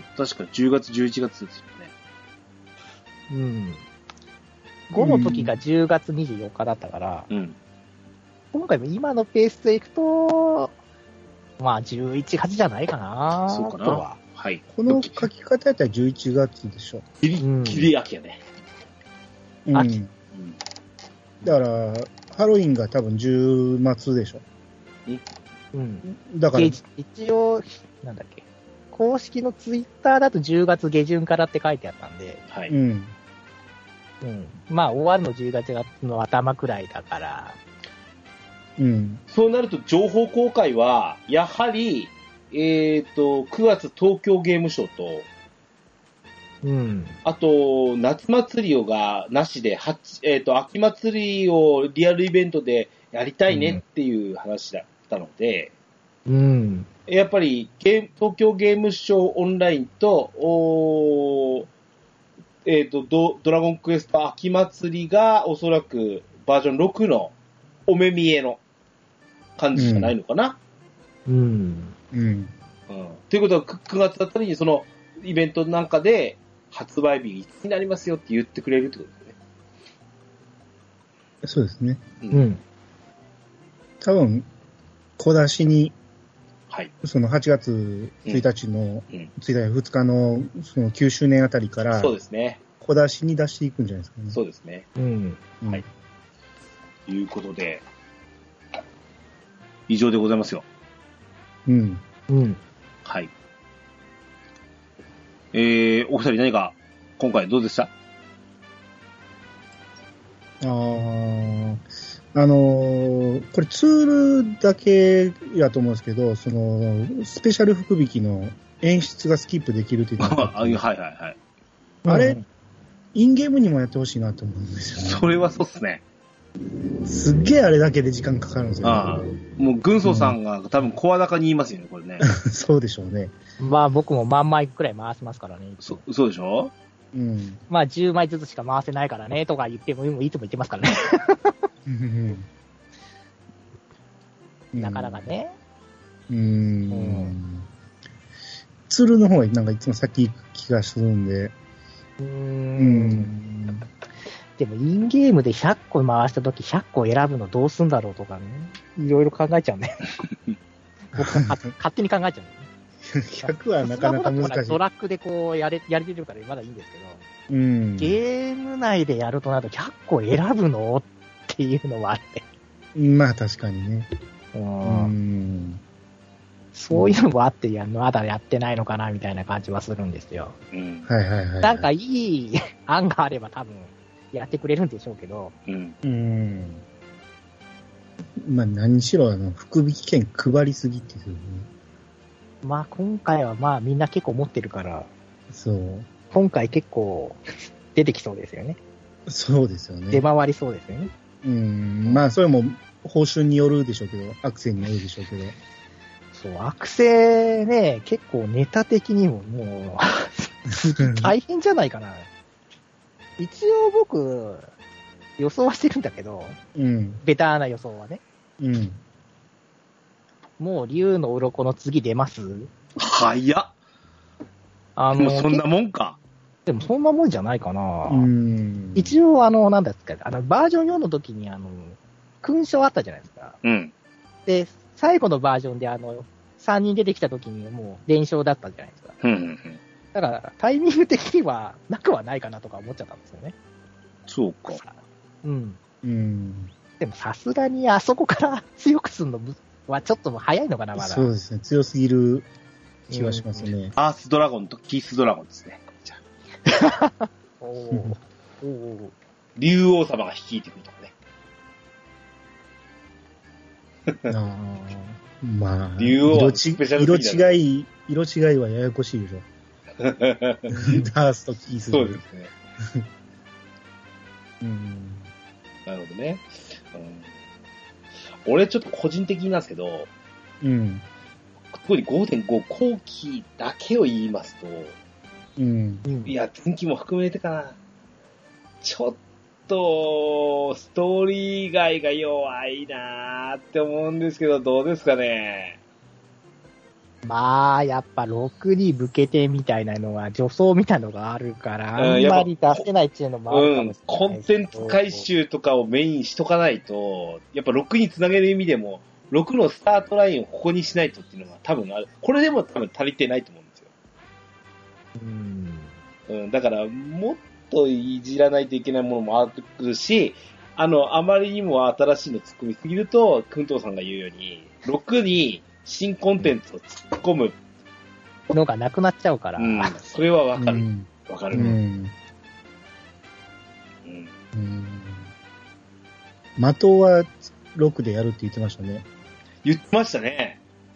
確か10月、11月ですよね。 うん。5の時が10月24日だったから、 うん、 今回も今のペースでいくと、まあ11月じゃないかなそうかな。 とは。 はい。 この書き方やったら11月でしょ。 ギリ秋やね。 秋。 うん。だから、ハロウィンが多分10末でしょ。 うん。 だから。 一応、なんだっけ。公式のツイッターだと10月下旬からって書いてあったんで。 はい。 うん。 うん。まあ、終わるの10月の頭くらいだから。 うん。 そうなると、情報公開は、やはり、 9月東京ゲームショウと、 うん。 あと、夏祭りをがなしで、秋祭りをリアルイベントでやりたいねっていう話だったので、 うん。 やっぱり東京ゲームショウオンラインと、ドラゴンクエスト秋祭りがおそらくバージョン6のお目見えの感じじゃないのかな。 うん。 うん。 ということは9月あたりにそのイベントなんかで発売日いつになりますよって言ってくれるってことですね。 そうですね。 うん。 多分、小出しに、 はい。 その8月1日の、 うん。 1日2日のその9周年あたりから、 そうですね。 小出しに出していくんじゃないですかね。 そうですね。 うん。 はい。ということで、以上でございますよ。 うん。 うん。 はい。お二人何か、今回どうでした？ これツールだけやと思うんですけど、その、スペシャル福引きの演出がスキップできるっていうのがはいはいはい。 あれ、インゲームにもやってほしいなと思うんですよね。 それはそうっすね。 すっげえあれだけで時間かかるんですよ、ね。 ああ。もう、軍曹さんが多分声高に言いますよね、これね。 そうでしょうね。 まあ僕も万枚くらい回せますからね。 そうでしょ？ うん。 まあ10枚ずつしか回せないからね、とか言っても、いつも言ってますからね。なかなかね。 ツールの方がなんかいつも先行く気がするんで。 でも、インゲームで100個回したとき100個選ぶのどうすんだろうとかね。いろいろ考えちゃうね。僕勝手に考えちゃうね。 100はなかなか難しい。 トラックでこうやれてるからまだいいんですけど、ゲーム内でやるとなると100個選ぶのっていうのはあって。 まあ確かにね。 そういうのもあってまだやってないのかなみたいな感じはするんですよ。 はいはいはい。 なんかいい案があれば多分やってくれるんでしょうけど。 まあ何しろ福引券配りすぎっていうね。 まあ今回はまあみんな結構持ってるから。 そう。 今回結構出てきそうですよね。 そうですよね。 出回りそうですよね。 まあそれも報酬によるでしょうけど、アクセによるでしょうけど。 そう、アクセね、結構ネタ的にももう、大変じゃないかな。一応僕、予想はしてるんだけど、ベターな予想はね。もう竜の鱗の次出ます？ 早っ。もうそんなもんか。 でもそんなもんじゃないかな。一応なんだっけ、バージョン4の時に勲章あったじゃないですか。で、最後のバージョンで3人出てきた時にもう連勝だったじゃないですか。だからタイミング的にはなくはないかなとか思っちゃったんですよね。 そうか。 でもさすがにあそこから強くするのはちょっと早いのかな、まだ。 そうですね。強すぎる気はしますね。 アースドラゴンとキースドラゴンですね。じゃあ。竜王様が率いてくるとかね。 まあ、 竜王色違いはややこしいでしょ。ダースとキース。 そうですね。なるほどね。俺ちょっと個人的なんですけど、特に 5.5 後期だけを言いますと、いや、前期も含めてかな。ちょっと、ストーリー外が弱いなーって思うんですけど、どうですかね。 まあ、やっぱ6に向けてみたいなのは、助走みたいなのがあるから、あんまり出せないっていうのもあるかもしれない。 コンテンツ回収とかをメインしとかないと、やっぱ6につなげる意味でも、6のスタートラインをここにしないとっていうのが多分ある。これでも多分足りてないと思うんですよ。だから、もっといじらないといけないものもあるし、あまりにも新しいの突っ込みすぎると、くんとうさんが言うように、6に新コンテンツを突っ込むのがなくなっちゃうから。 それはわかる。わかる。 的は6でやるって言ってましたね。 言ってましたね。 うん。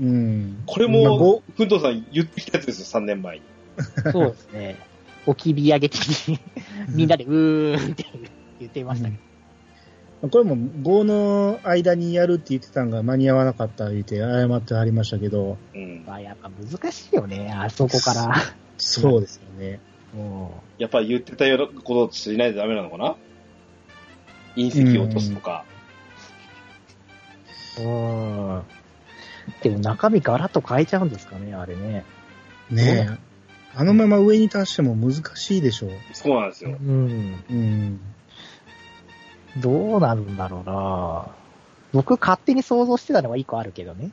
これも、ふんとうさん言ってきたやつですよ、3年前に。 そうですね。置き火上げ的に、みんなでうーんって言ってましたけど。 これも5の間にやるって言ってたんが間に合わなかった言って謝ってはりましたけど。 まあやっぱ難しいよね、あそこから。 そうですよね。 やっぱり言ってたようなことをしないとダメなのかな？隕石を落とすとか。 でも中身ガラッと変えちゃうんですかね、あれね。 ねえ。あのまま上に達しても難しいでしょう。 そうなんですよ。 どうなるんだろうな。僕勝手に想像してたのが一個あるけどね。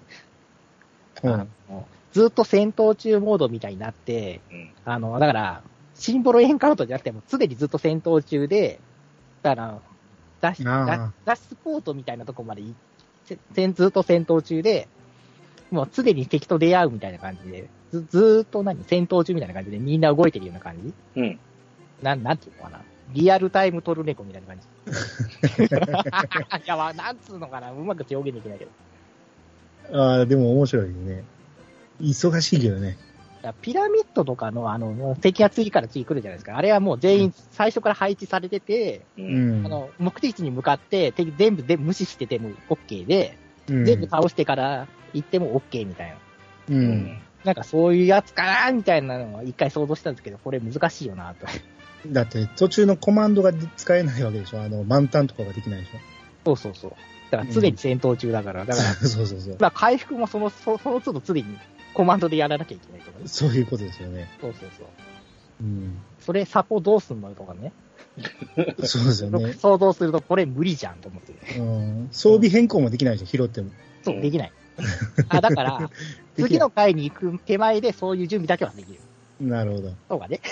ずっと戦闘中モードみたいになって、だから、シンボルエンカウントじゃなくても常にずっと戦闘中で、だから、脱出ポートみたいなとこまでずっと戦闘中で、もう常に敵と出会うみたいな感じで、ずーっと戦闘中みたいな感じでみんな動いてるような感じ？なんていうのかな。リアルタイムトルネコみたいな感じ。いや、なんつうのかな。うまく表現できないけど。でも面白いですね。忙しいけどね。 ピラミッドとかの敵が次から次来るじゃないですか。あれはもう全員最初から配置されてて、目的地に向かって敵全部無視してても OK で、全部倒してから行っても OK みたいな。なんかそういうやつかなみたいなのは一回想像したんですけど、これ難しいよなと。 だって途中のコマンドが使えないわけでしょ。満タンとかができないでしょ。そう。だから常に戦闘中だから。 そう。 まあ回復もその都度常にコマンドでやらなきゃいけないとかね。 そういうことですよね。 そう。それサポどうすんのとかね。 そうですよね。 想像するとこれ無理じゃんと思って。 装備変更もできないでしょ、拾っても。 そう、できない。だから、次の回に行く手前でそういう準備だけはできる。 なるほど。 そうかね。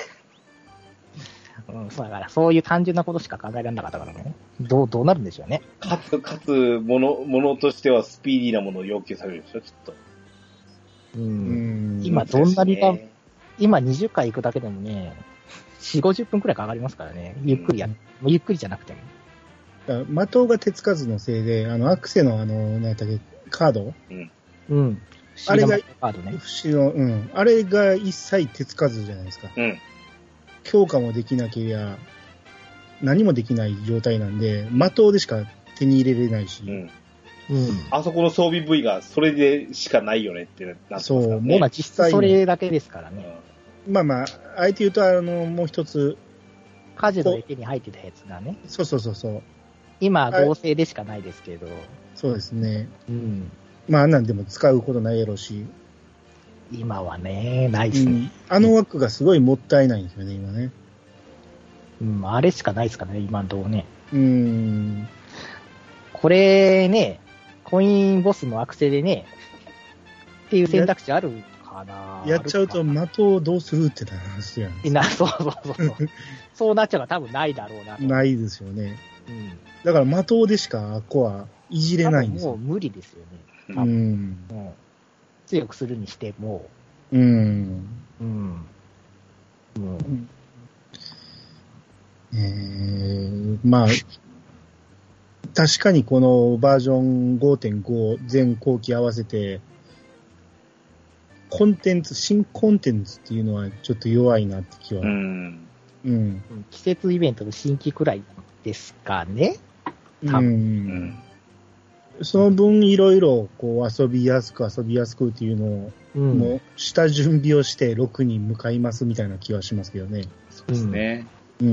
そうだから、そういう単純なことしか考えられなかったからね。どうなるんでしょうね。 かつ、ものとしてはスピーディーなものを要求されるでしょ、きっと。 今、どんなにか、今20回行くだけでもね、4、50分くらいかかりますからね。ゆっくりじゃなくても。的が手つかずのせいで、アクセの何やったっけ、カード？あれが、 カードね。 あれが一切手つかずじゃないですか。強化もできなけりゃ、何もできない状態なんで、的でしか手に入れれないし。 あそこの装備部位がそれでしかないよねってなってますからね。 そう、もう実際それだけですからね。 まあ、あえて言うと、もう一つ。 カジノで手に入ってたやつがね。 そう。 今、合成でしかないですけど。 そうですね。まあ、あんなんでも使うことないやろうし。 今はね、ないですね。 あの枠がすごいもったいないんですよね、今ね。 あれしかないですからね、今のところね。これね、コインボスのアクセでね、っていう選択肢あるかな。 やっちゃうと的をどうするって話やん。 そう。そうなっちゃうから多分ないだろうな。 ないですよね。だから的でしかここはいじれないんですよ。 もう無理ですよね。強くするにしても。 まあ、確かにこのバージョン 5.5 全後期合わせて、新コンテンツっていうのはちょっと弱いなって気は。 季節イベントの新規くらいですかね。 その分いろいろこう遊びやすくっていうのを、もう下準備をして6に向かいますみたいな気はしますけどね。 そうですね。はい。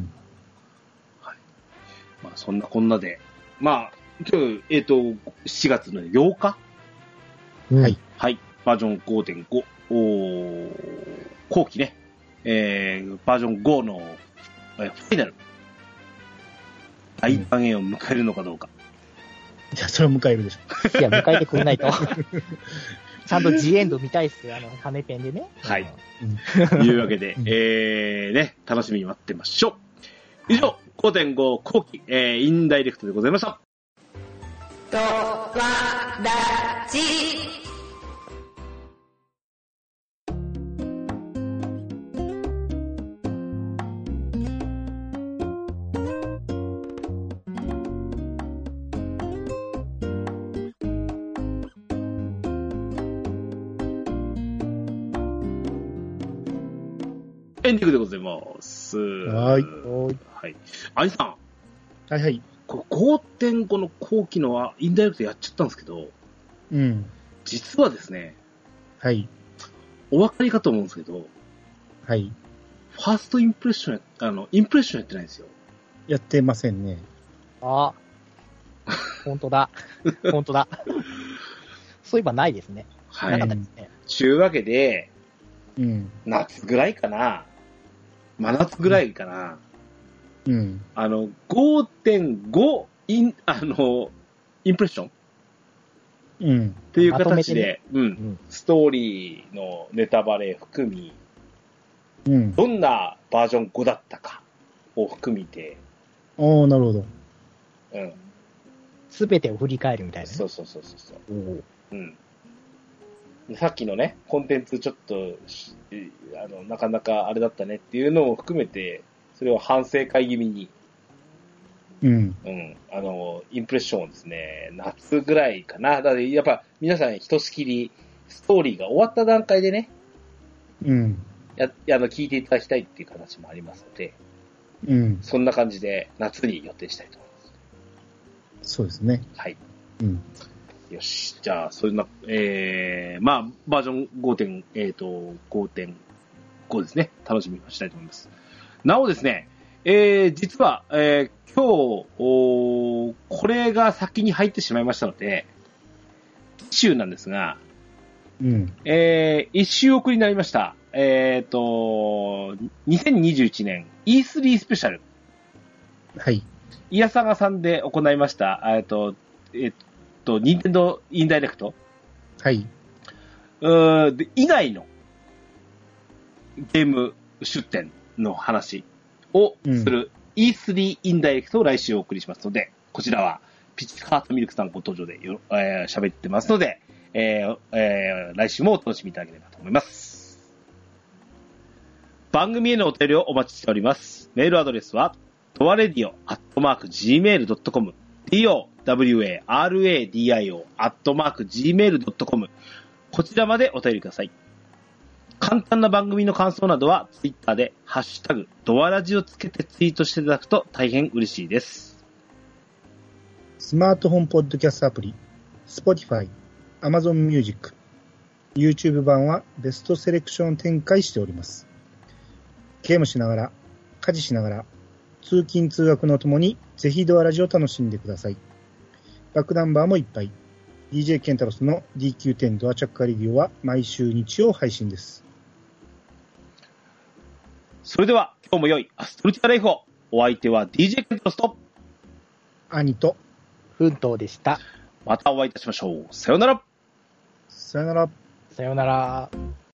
まあそんなこんなで、まあ今日7月の8日、 はい。 バージョン 5.5 後期ね、バージョン5のファイナル大半円を迎えるのかどうか。 いや、それは迎えるでしょ。 いや、迎えてくれないと。ちゃんとジエンド見たいっすよ、羽ペンでね。 はい。というわけで、ね、楽しみに待ってましょう。以上、5.5 後期、インダイレクトでございました。 とわらじ。 エンディングでございます。 はい。 はい。兄さん。 はいはい。 これ 5.5 の後期のはインダイレクトやっちゃったんですけど、 うん。 実はですね、 はい。 お分かりかと思うんですけど、 はい。 ファーストインプレッションインプレッションやってないんですよ。 やってませんね。 あ、本当だ。本当だ。そういえばないですね。 はい。 なかったですね。 ちゅうわけで、 うん。 夏ぐらいかな、真夏ぐらいかな、 うん。 5.5 インプレッションうん。 っていう形で、 うん。 ストーリーのネタバレ含み、 うん。 どんなバージョン5だったかを含みて、 おー、なるほど。 うん。 すべてを振り返るみたいな、ね。 そうそう。うん。さっきのね、コンテンツちょっと、なかなかあれだったねっていうのを含めて、それを反省会気味に、 うん。 インプレッションをですね、夏ぐらいかな。だからやっぱ皆さんひとしきりストーリーが終わった段階でね、 うん。 聞いていただきたいっていう形もありますので、 うん。 そんな感じで夏に予定したいと思います。 そうですね。 はい。 うん。 よし。じゃあ、そんな、まあ、バージョン5.5ですね。楽しみにしたいと思います。なおですね、実は、今日、これが先に入ってしまいましたので、一周なんですが、 うん。 一周送りになりました。2021年 E3 スペシャル。 はい。 イヤサガさんで行いました、任天堂インダイレクト。 はい。 以外のゲーム出展の話をする E3 インダイレクトを来週お送りしますので、こちらはピチカートミルクさんご登場で喋ってますので、来週もお楽しみいただければと思います。番組へのお便りをお待ちしております。メールアドレスはdoaradio@gmail.com dowaradio@gmail.com こちらまでお便りください。簡単な番組の感想などはツイッターでハッシュタグドアラジをつけてツイートしていただくと大変嬉しいです。 スマートフォンポッドキャストアプリ、Spotify、Amazon Music、YouTube 版はベストセレクション展開しております。ゲームしながら、家事しながら、通勤通学のともにぜひドアラジを楽しんでください。バックナンバーもいっぱい。DJ ケンタロスの DQ10 ドアチャッカレディオは毎週日曜配信です。 それでは今日も良いアストルティアライフを。お相手は DJ ケンタロスと兄と奮闘でした。 またお会いいたしましょう。さよなら。 さよなら。 さよなら。